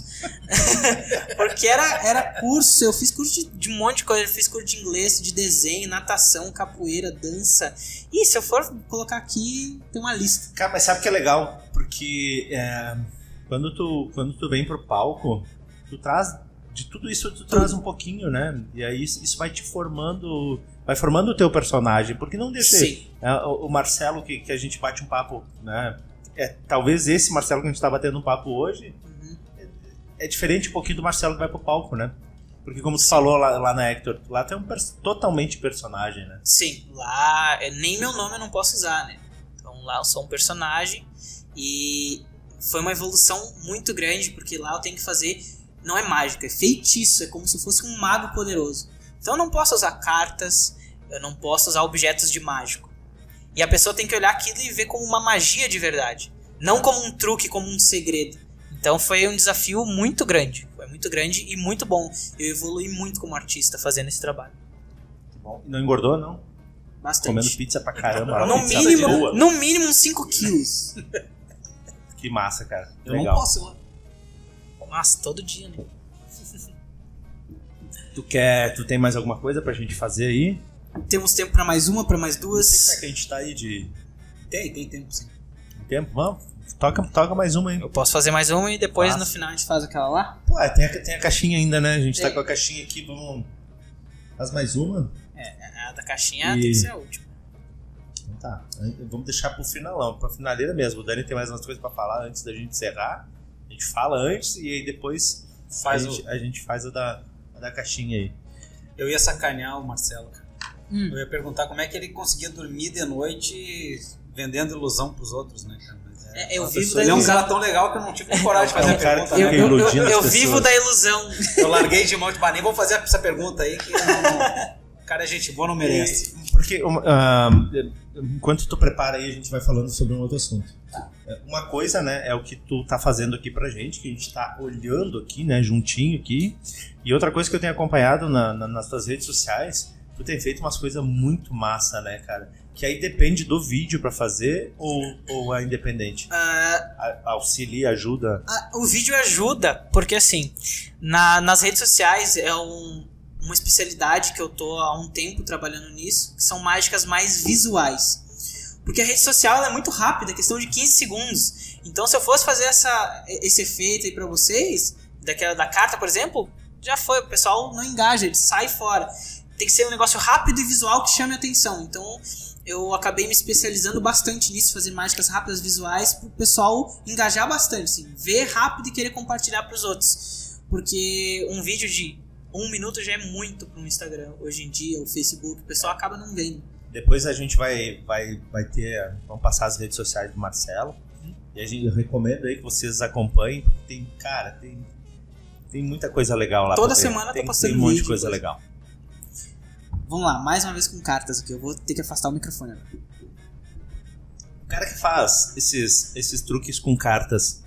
Porque era, era curso, eu fiz curso de, de um monte de coisa. Eu fiz curso de inglês, de desenho, natação, capoeira, dança. E se eu for colocar aqui, tem uma lista.
Cara, mas sabe o que é legal? Porque é, quando, tu, quando tu vem pro palco, tu traz... De tudo isso tu traz um pouquinho, né? E aí isso vai te formando... Vai formando o teu personagem. Porque não deixa... É, o Marcelo que, que a gente bate um papo, né? É, talvez esse Marcelo que a gente tá batendo um papo hoje uhum. é, é diferente um pouquinho do Marcelo que vai pro palco, né? Porque como tu Sim. falou lá, lá na Hector, lá tu é um pers- totalmente personagem, né?
Sim, lá nem meu nome eu não posso usar, né? Então lá eu sou um personagem e foi uma evolução muito grande, porque lá eu tenho que fazer... Não é mágica, é feitiço, é como se fosse um mago poderoso. Então eu não posso usar cartas, eu não posso usar objetos de mágico. E a pessoa tem que olhar aquilo e ver como uma magia de verdade. Não como um truque, como um segredo. Então foi um desafio muito grande. Foi muito grande e muito bom. Eu evolui muito como artista fazendo esse trabalho.
Bom, e não engordou, não?
Bastante.
Comendo pizza pra caramba.
No
pizza
mínimo, no mínimo uns cinco quilos.
Que massa, cara.
Eu
Legal.
não posso ir lá.
Nossa, todo dia, né?
Tu quer, tu tem mais alguma coisa pra gente fazer aí?
Temos tempo pra mais uma, pra mais
Como é
duas.
que a gente tá aí de
Tem, tem tempo sim.
tempo? Vamos? Toca, toca mais uma aí.
Eu posso fazer mais uma e depois
Faça.
no final a gente faz aquela lá?
Pô, é, tem, a, tem a caixinha ainda, né? A gente tá
Tem.
com a caixinha aqui, vamos... Faz mais uma?
É, a da caixinha
E-
tem que ser a última.
Então tá, vamos deixar pro finalão, pra finaleira mesmo. O Dani tem mais umas coisas pra falar antes da gente encerrar. A gente fala antes e aí depois
Faz
a, gente, a gente faz a da, a da caixinha aí.
Eu ia sacanear o Marcelo, cara.
Hum.
Eu ia perguntar como é que ele conseguia dormir de noite vendendo ilusão pros outros, né, cara? Mas
É, eu
uma
vivo
pessoa-
da
Ele é um
ilusão.
cara tão legal que eu não tive coragem de fazer
É um
a
cara
pergunta.
que
Eu,
né?
fica
eu, eu,
iludindo
eu
as
vivo
pessoas.
da ilusão.
Eu larguei de mão de bar, nem vou fazer essa pergunta aí, que eu não... O cara é gente boa, não merece.
E- Porque um, ah, enquanto tu prepara aí, a gente vai falando sobre um outro assunto. Uma coisa, né, é o que tu tá fazendo aqui pra gente, que a gente tá olhando aqui, né, juntinho aqui. E outra coisa que eu tenho acompanhado na, na, nas tuas redes sociais, tu tem feito umas coisas muito massa, né, cara? Que aí depende do vídeo pra fazer ou, ou é independente?
Ah,
A- Auxilia, ajuda?
ah, o vídeo ajuda, porque assim, na- nas redes sociais é um- uma especialidade que eu tô há um tempo trabalhando nisso, que são mágicas mais visuais. Porque a rede social ela é muito rápida, questão de quinze segundos. Então se eu fosse fazer essa, esse efeito aí pra vocês, daquela da carta, por exemplo, já foi, o pessoal não engaja, ele sai fora. Tem que ser um negócio rápido e visual que chame a atenção. Então eu acabei me especializando bastante nisso, fazer mágicas rápidas visuais pro pessoal engajar bastante, assim, ver rápido e querer compartilhar pros outros. Porque um vídeo de um minuto já é muito pro Instagram hoje em dia, o Facebook, o pessoal acaba não vendo.
Depois a gente vai, vai, vai ter. Vamos passar as redes sociais do Marcelo. E a gente eu recomendo aí que vocês acompanhem, porque tem, cara, tem, tem muita coisa legal lá.
Toda
pra ver.
semana eu tô
tem,
postando
tem um monte de
vídeo,
coisa
coisa.
legal.
Vamos lá, mais uma vez com cartas aqui, eu vou ter que afastar o microfone agora.
O cara que faz esses, esses truques com cartas,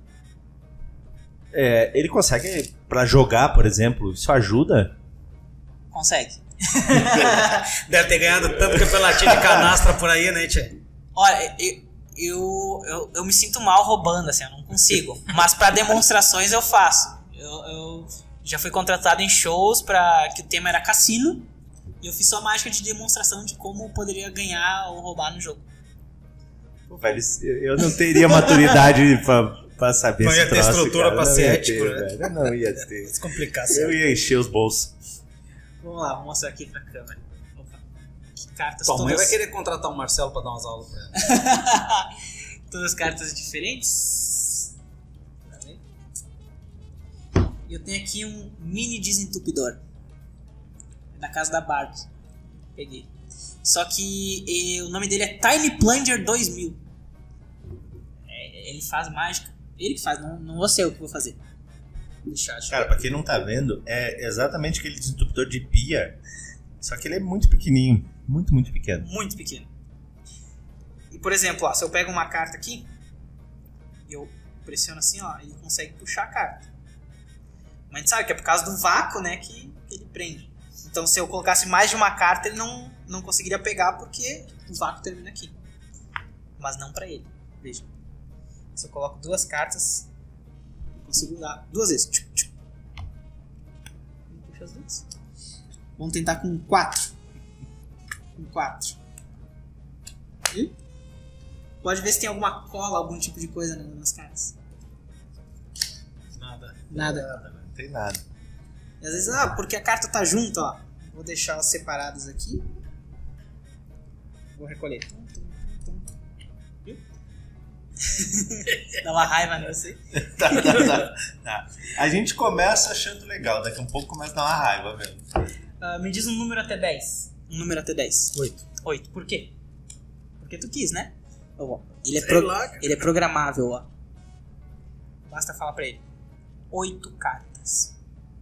é, ele consegue, pra jogar, por exemplo, isso ajuda?
Consegue?
Deve ter ganhado tanto campeonatinho de canastra por aí, né, Tchê?
Olha, eu, eu, eu, eu me sinto mal roubando, assim, eu não consigo. Mas pra demonstrações eu faço. Eu, eu já fui contratado em shows pra, que o tema era cassino. E eu fiz só mágica de demonstração de como eu poderia ganhar ou roubar no jogo.
Pô, velho, eu não teria maturidade pra, pra saber
Não
esse
ia ter
troço,
estrutura
cara.
pra
Não
ser
ia
ético,
ter,
né?
velho. Eu não ia ter.
Se complicar
Eu ia encher os bolsos.
Vamos lá, vou mostrar aqui pra câmera. Opa. Que cartas
Tua mãe
todas...
vai querer contratar o Marcelo pra dar umas aulas pra ela.
Todas cartas diferentes. Tá vendo? E eu tenho aqui um mini desentupidor. É da casa da Barbie. Peguei. Só que eh, o nome dele é Tiny Plunger dois mil. É, ele faz mágica. Ele que faz, não, não vou ser eu que vou fazer. Deixa eu
Cara, pra quem não tá vendo, é exatamente aquele desentupidor de pia, só que ele é muito pequenininho. Muito, muito pequeno.
muito pequeno. E por exemplo, ó, se eu pego uma carta aqui e eu pressiono assim, ó, ele consegue puxar a carta. Mas a gente sabe que é por causa do vácuo, né, que, que ele prende. Então se eu colocasse mais de uma carta, ele não, não conseguiria pegar porque o vácuo termina aqui. Mas não pra ele. Veja. Se eu coloco duas cartas, eu consigo dar duas vezes. Tchup, tchup. Puxa as duas. Vamos tentar com quatro. Com quatro. E pode ver se tem alguma cola, algum tipo de coisa nas cartas.
Nada.
Nada.
Nada, não tem nada.
E às vezes, ah, porque a carta tá junto, ó. Vou deixar elas separadas aqui. Vou recolher. Tum, tum, tum, tum. Viu? Dá uma raiva, né? Eu sei.
Tá, tá, tá, tá. A gente começa achando legal, daqui a um pouco começa a dar uma raiva mesmo.
Ah, me diz um número até dez. Um número até dez.
Oito.
Oito. Por quê? Porque tu quis, né? Ó, ele, é
Sei
pro-
lá, cara.
ele é programável, ó. Basta falar pra ele. Oito cartas.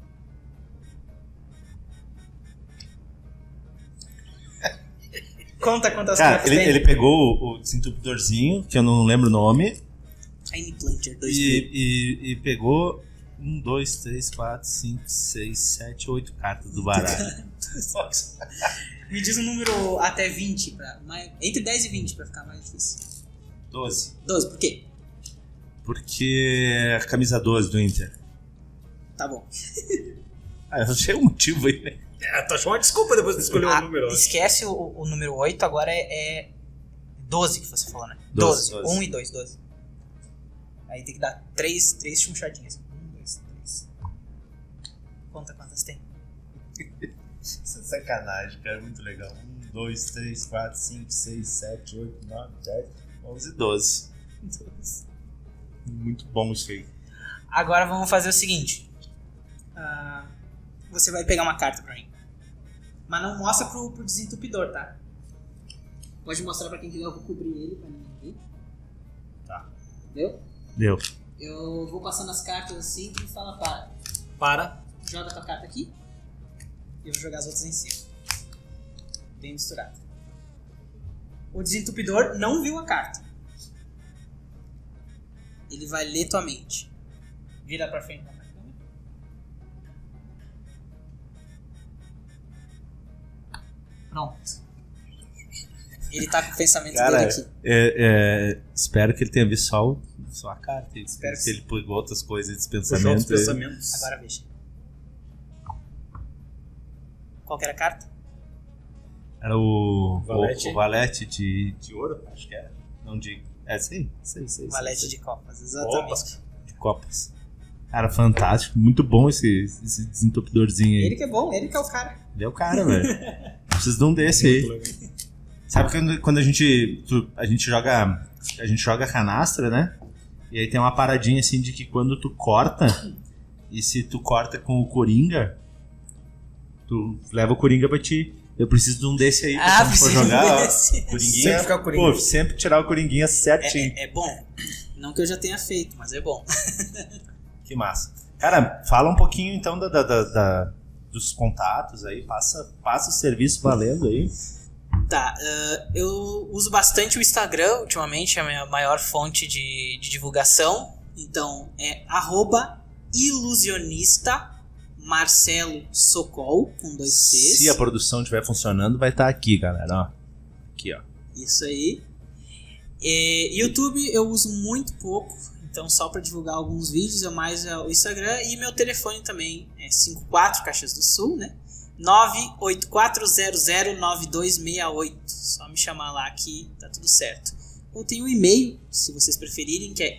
Conta quantas
Cara,
cartas
ele,
tem.
ele pegou o, o desentupidorzinho, que eu não lembro o nome,
Tiny Plunger dois mil.
e, e, e pegou um, dois, três, quatro, cinco, seis, sete, oito cartas do baralho.
Me diz um número até vinte. Pra, mais, entre dez e vinte pra ficar mais difícil.
doze.
doze, por quê?
Porque a camisa doze do Inter.
Tá bom.
Ah, eu achei um motivo aí, né?
É, tu achou uma desculpa depois de escolher
Ah,
o número.
esquece o, o número oito, agora é, é doze que você falou, né?
doze,
doze.
doze.
um e dois, doze. Aí tem que dar três, três chunchadinhas. um, dois, três. Conta quantas tem.
Isso é sacanagem, cara. Muito legal. um, dois, três, quatro, cinco, seis, sete, oito, nove, dez, onze, doze. Muito bom isso aí.
Agora vamos fazer o seguinte. Ah, você vai pegar uma carta pra mim. Mas não mostra pro, pro desentupidor, tá? Pode mostrar pra quem quiser, eu vou cobrir ele pra ninguém ver.
Tá.
Entendeu?
Deu.
Eu vou passando as cartas assim e fala para.
Para.
Joga a tua carta aqui. E eu vou jogar as outras em cima. Bem misturado. O desentupidor não viu a carta. Ele vai ler tua mente. Vira pra frente da câmera. Pronto. Ele tá com o pensamento
Cara,
dele aqui.
é, é, espero que ele tenha visto só, o, só a carta.
Espero
se
que
ele pegou outras coisas de
Puxou os
pensamento.
pensamentos.
Agora veja. Qual que era a carta?
Era o
Valete.
o, o valete de, de ouro, acho que era. Não de. É, sei, sei, sei.
Valete
sei,
de copas, exatamente.
sei. De copas. Cara, fantástico. Muito bom esse, esse desentupidorzinho aí.
Ele que é bom, ele que é o cara.
Ele é o cara, velho. Preciso de um desse aí. Sabe quando, quando a gente tu, a gente joga a gente joga canastra, né? E aí tem uma paradinha assim de que quando tu corta, e se tu corta com o coringa, tu leva o coringa pra ti. Eu preciso de um desse aí pra
Ah,
quando for
preciso
jogar,
desse.
ó, coringuinha.
Sempre ficar o coringa.
Pô, sempre tirar o coringuinha certinho.
É, é bom. Não que eu já tenha feito, mas é bom.
Que massa. Cara, fala um pouquinho então da, da, da- da- dos contatos aí, passa, passa o serviço valendo aí.
Tá, uh, eu uso bastante o Instagram ultimamente, é a minha maior fonte de, de divulgação. Então é arroba ilusionista Marcelo Sokol, com dois Cs.
Se a produção estiver funcionando, vai estar aqui, galera. Ó. Aqui, ó.
Isso aí. E, YouTube eu uso muito pouco, então só para divulgar alguns vídeos, é mais é, o Instagram. E meu telefone também é cinquenta e quatro Caxias do Sul, né? nove oito quatro zero zero nove dois seis oito. Só me chamar lá que tá tudo certo. Ou tem um e-mail, se vocês preferirem, que é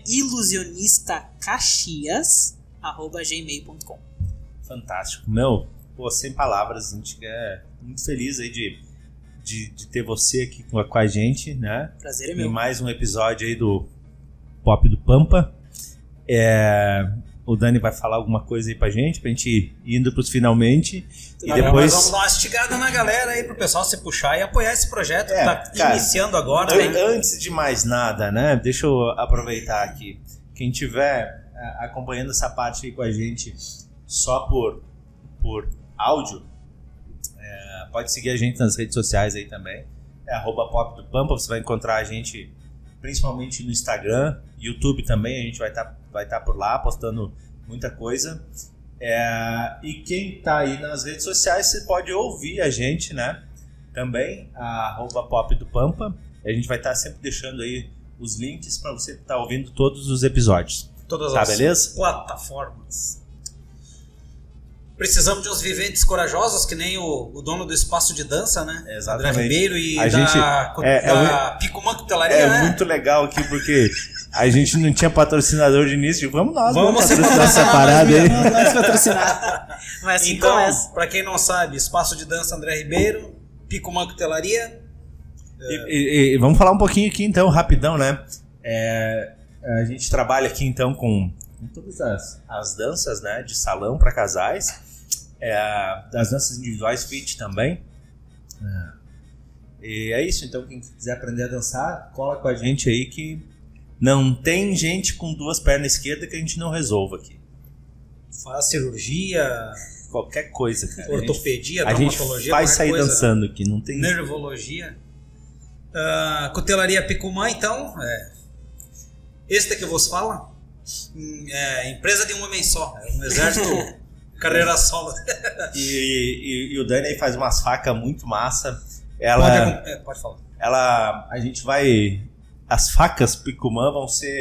ilusionistacaxias arroba gmail ponto com.
Fantástico. Meu, pô, sem palavras, a gente é muito feliz aí de, de, de ter você aqui com a, com a gente, né?
Prazer é
Em
meu.
mais um episódio aí do Pop do Pampa. É, o Dani vai falar alguma coisa aí pra gente, pra gente ir indo pros finalmente. E
Agora
depois...
nós vamos dar uma esticada na galera aí pro pessoal se puxar e apoiar esse projeto
É,
que tá
cara,
iniciando agora,
An-
né?
Antes de mais nada, né? Deixa eu aproveitar aqui. Quem tiver é, acompanhando essa parte aí com a gente só por, por áudio, é, pode seguir a gente nas redes sociais aí também. É arroba Pop do Pampa, você vai encontrar a gente principalmente no Instagram, YouTube também, a gente vai estar vai tá por lá postando muita coisa. É, e quem tá aí nas redes sociais, você pode ouvir a gente, né? Também, a arroba Pop do Pampa. A gente vai estar sempre deixando aí os links para você estar ouvindo todos os episódios.
Todas
Tá,
as
beleza?
plataformas. Precisamos de uns viventes corajosos, que nem o, o dono do espaço de dança, né?
Exatamente.
André Ribeiro e
A
da,
gente- é-
da Picumã Cutelaria,
É
né?
muito legal aqui porque a gente não tinha patrocinador de início. Vamos nós, vamos,
Vamos ser
patrocinar essa
patrocinados
parada aí.
Vamos nós patrocinar. Mas assim
Então,
começa.
pra quem não sabe, espaço de dança André Ribeiro, Picumã Cutelaria.
E, e- e vamos falar um pouquinho aqui então, rapidão, né? É, a gente trabalha aqui então com, com todas as, as danças, né, de salão para casais, é, as danças individuais fit também. É. E é isso, então quem quiser aprender a dançar, cola com a gente aí que não tem gente com duas pernas esquerdas que a gente não resolva aqui.
Faz cirurgia,
Qualquer coisa, cara. A gente-
ortopedia,
A gente
traumatologia,
vai
qualquer
sair
coisa.
dançando aqui, não tem...
Nervologia. Ah, Cutelaria Picumã, então, é, este que vos fala, hum, é empresa de um homem só, é um exército carreira solo.
E, e- e o Dani aí faz umas facas muito massa.
Pode,
Ela,
é, pode falar.
ela, a gente vai, as facas Picumã vão ser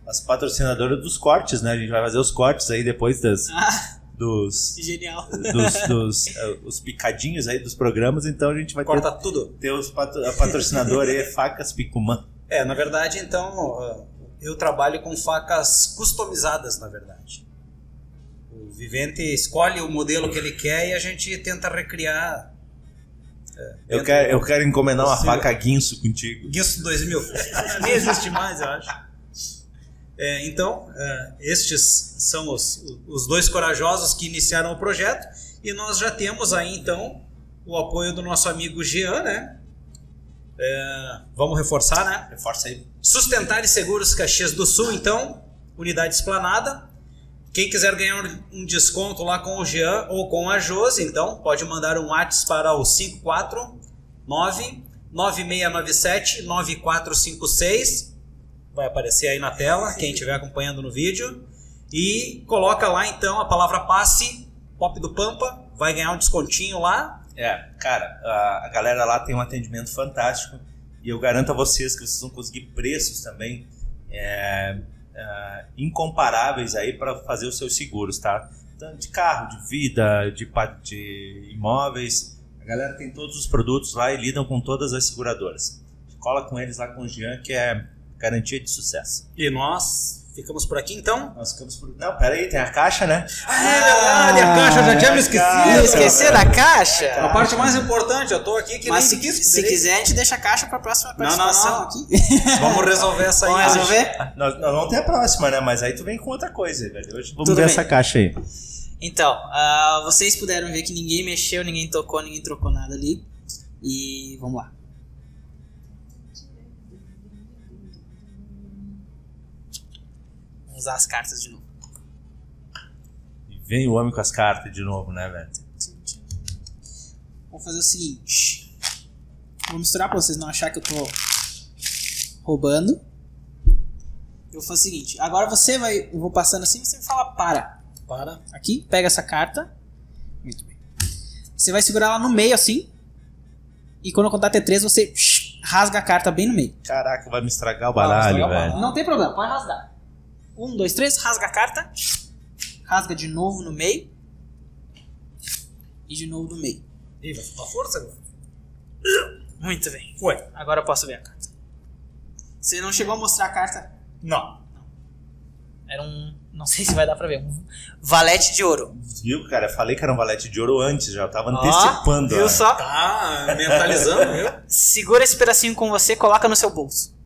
as patrocinadoras dos cortes, né? A gente vai fazer os cortes aí depois das...
Ah,
dos...
genial.
Dos, dos uh, os picadinhos aí dos programas, então a gente vai
Corta
ter,
tudo.
ter os patro, a patrocinadora aí, Facas Picumã.
É, na verdade, então, uh, eu trabalho com facas customizadas, na verdade. O Vivente escolhe o modelo que ele quer e a gente tenta recriar. É,
Eu quero, eu quero encomendar uma
Sim.
faca guinso contigo.
Guinso dois mil. Nem existe mais, eu acho. É, então, é, estes são os, os dois corajosos que iniciaram o projeto e nós já temos aí, então, o apoio do nosso amigo Jean, né? É, vamos reforçar, né?
Reforça aí.
Sustentar e Seguros Caxias do Sul, então, unidade esplanada. Quem quiser ganhar um desconto lá com o Jean ou com a Josi, então pode mandar um WhatsApp para o cinco quatro nove nove seis nove sete nove quatro cinco seis. Vai aparecer aí na tela, quem estiver acompanhando no vídeo. E coloca lá então a palavra passe, Pop do Pampa, vai ganhar um descontinho lá.
É, cara, a, a galera lá tem um atendimento fantástico e eu garanto a vocês que vocês vão conseguir preços também é, é, incomparáveis aí para fazer os seus seguros, tá? Tanto de carro, de vida, de, pa- de imóveis. A galera tem todos os produtos lá e lidam com todas as seguradoras. Cola com eles lá com o Jean, que é garantia de sucesso.
E nós ficamos por aqui então.
Nós ficamos por... Não, pera aí, tem a caixa, né?
Ah, é verdade, a caixa, eu já tinha me esquecido.
Esquecer da caixa?
A parte mais importante, eu tô aqui que
Mas
nem
se,
quis,
se
beleza?
quiser, a gente deixa a caixa pra próxima
Não, não,
participação
não.
aqui.
Vamos resolver essa aí.
Vamos
hoje.
resolver?
Nós, nós vamos ter a próxima, né? Mas aí tu vem com outra coisa, velho. Hoje vamos
Tudo
ver
bem.
essa caixa aí.
Então, ah, vocês puderam ver que ninguém mexeu, ninguém tocou, ninguém trocou nada ali. E vamos lá. Vamos usar as cartas de novo.
E vem o homem com as cartas de novo, né, velho?
Vou fazer o seguinte. Vou misturar pra vocês não acharem que eu tô roubando. Eu vou fazer o seguinte. Agora você vai... Eu vou passando assim e você me fala para.
Para.
Aqui, pega essa carta. Muito bem. Você vai segurar ela no meio assim. E quando eu contar até três, você rasga a carta bem no meio.
Caraca, vai me estragar o
Vai
baralho,
estragar o
velho.
baralho.
Não tem problema, pode rasgar. Um, dois, três, rasga a carta. Rasga de novo no meio. E de novo no meio.
Ih, vai ficar força agora.
Muito bem.
Ué,
Agora eu posso ver a carta. Você não chegou a mostrar a carta?
não.
Era um... Não sei se vai dar pra ver. Um valete de ouro.
Viu, cara? Eu falei que era um valete de ouro antes, já. Eu tava
Ó,
antecipando.
viu
ó.
só?
Tá mentalizando, viu?
Segura esse pedacinho com você, coloca no seu bolso.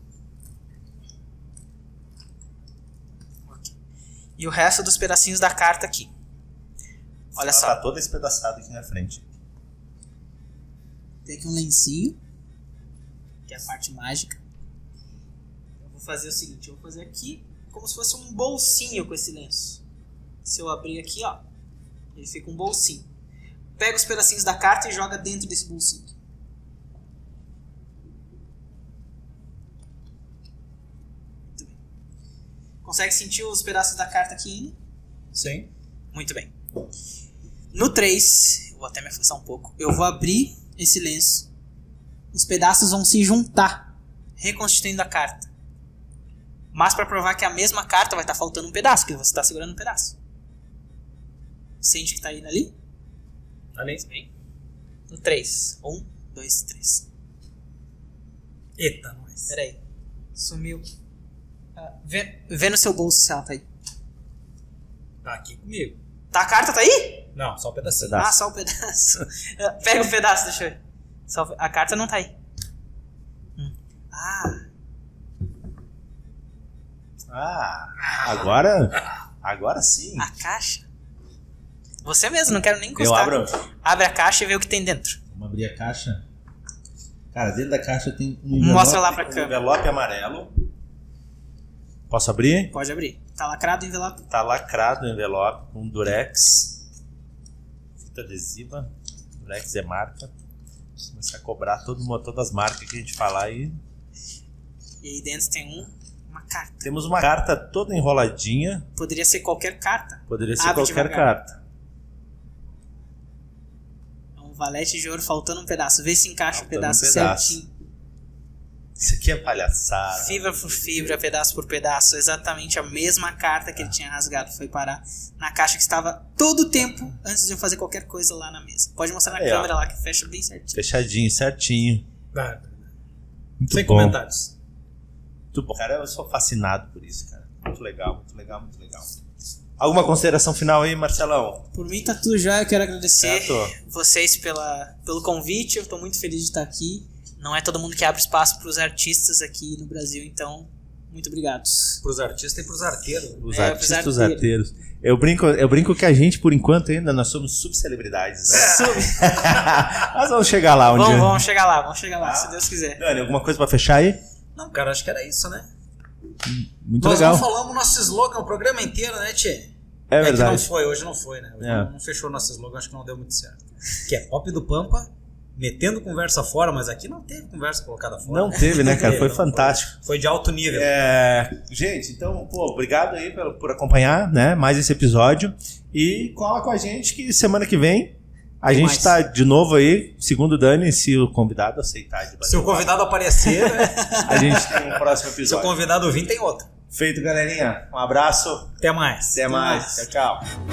Ok. E o resto dos pedacinhos da carta aqui. Olha
Ela
só.
tá toda espedaçada aqui na frente.
Tem aqui um lencinho, que é a parte mágica. Eu vou fazer o seguinte, eu vou fazer aqui como se fosse um bolsinho com esse lenço. Se eu abrir aqui, ó, ele fica um bolsinho. Pega os pedacinhos da carta e joga dentro desse bolsinho. Muito bem. Consegue sentir os pedaços da carta aqui indo?
Sim.
Muito bem. No três, eu vou até me afastar um pouco. Eu vou abrir esse lenço. Os pedaços vão se juntar, reconstituindo a carta. Mas para provar que é a mesma carta, vai estar faltando um pedaço, porque você está segurando um pedaço. Sente que está indo ali?
Ali.
Bem. No três. um, dois, três.
Eita, nós.
Pera aí. Sumiu. Ah, vê, vê no seu bolso se ela tá aí.
Tá aqui comigo.
Tá, a carta tá aí?
Não, só um pedacinho.
Pedaço.
Ah, só o pedaço. Ah, pega o pedaço, deixa eu ver. Só, a carta não tá aí. Hum. Ah.
Ah, agora... Agora sim.
A caixa? Você mesmo, não quero nem
Eu
encostar.
abro...
Abre a caixa e vê o que tem dentro.
Vamos abrir a caixa. Cara, dentro da caixa tem um
Mostra lá pra
um
câmera.
envelope amarelo. Posso abrir?
Pode abrir. Tá lacrado o envelope.
Tá lacrado o envelope com durex. Fita adesiva. Durex é marca. Começar a cobrar todo, todas as marcas que a gente falar aí.
E aí dentro tem um, uma carta.
Temos uma carta toda enroladinha.
Poderia ser qualquer carta.
Poderia ser
Abre
qualquer
devagar.
carta.
É um valete de ouro faltando um pedaço. Vê se encaixa
Faltando
o pedaço,
um pedaço.
certinho.
Isso aqui é palhaçada.
Fibra por fibra, pedaço por pedaço, exatamente a mesma carta que ele tinha rasgado foi parar na caixa que estava todo o tempo antes de eu fazer qualquer coisa lá na mesa. Pode mostrar na
Aí,
câmera
ó.
lá que fecha bem certinho.
Fechadinho, certinho.
Ah,
Muito
sem
bom.
comentários.
Muito bom. Cara, eu sou fascinado por isso, cara. Muito legal, muito legal, muito legal. Alguma consideração final aí, Marcelão?
Por mim tá tudo já, eu quero agradecer
Certo.
vocês pela, pelo convite, eu tô muito feliz de estar aqui. Não é todo mundo que abre espaço pros artistas aqui no Brasil, então, muito obrigado.
Pros artistas e pros arteiros.
Os
É,
artistas,
os
os arteiros. Eu brinco, eu brinco que a gente, por enquanto, ainda nós somos subcelebridades, né? Nós vamos chegar lá um
Vamos,
dia.
vamos chegar lá, vamos chegar lá, se Deus quiser.
Dani, alguma coisa pra fechar aí?
Não, cara, acho que era isso, né?
Muito
Nós
legal.
não falamos nosso slogan o programa inteiro, né, Tchê?
É
que não
verdade.
foi, hoje não foi, né? Hoje
É.
não, não fechou nosso slogan, acho que não deu muito certo. Que é Pop do Pampa, metendo conversa fora, mas aqui não teve conversa colocada fora.
Não teve, né, cara? Foi
Não
fantástico.
Foi, foi de alto nível.
É, gente, então, pô, obrigado aí por, por acompanhar, né, mais esse episódio. E cola com a gente que semana que vem a
Tem
gente
mais.
tá de novo aí, segundo o Dani, se o convidado aceitar de bater
Se o
um papo,
convidado aparecer, né?
a gente tem um próximo
Se o
episódio.
convidado vir, tem outro.
Feito, galerinha. Um abraço.
Até mais.
Até mais. Tchau, tchau.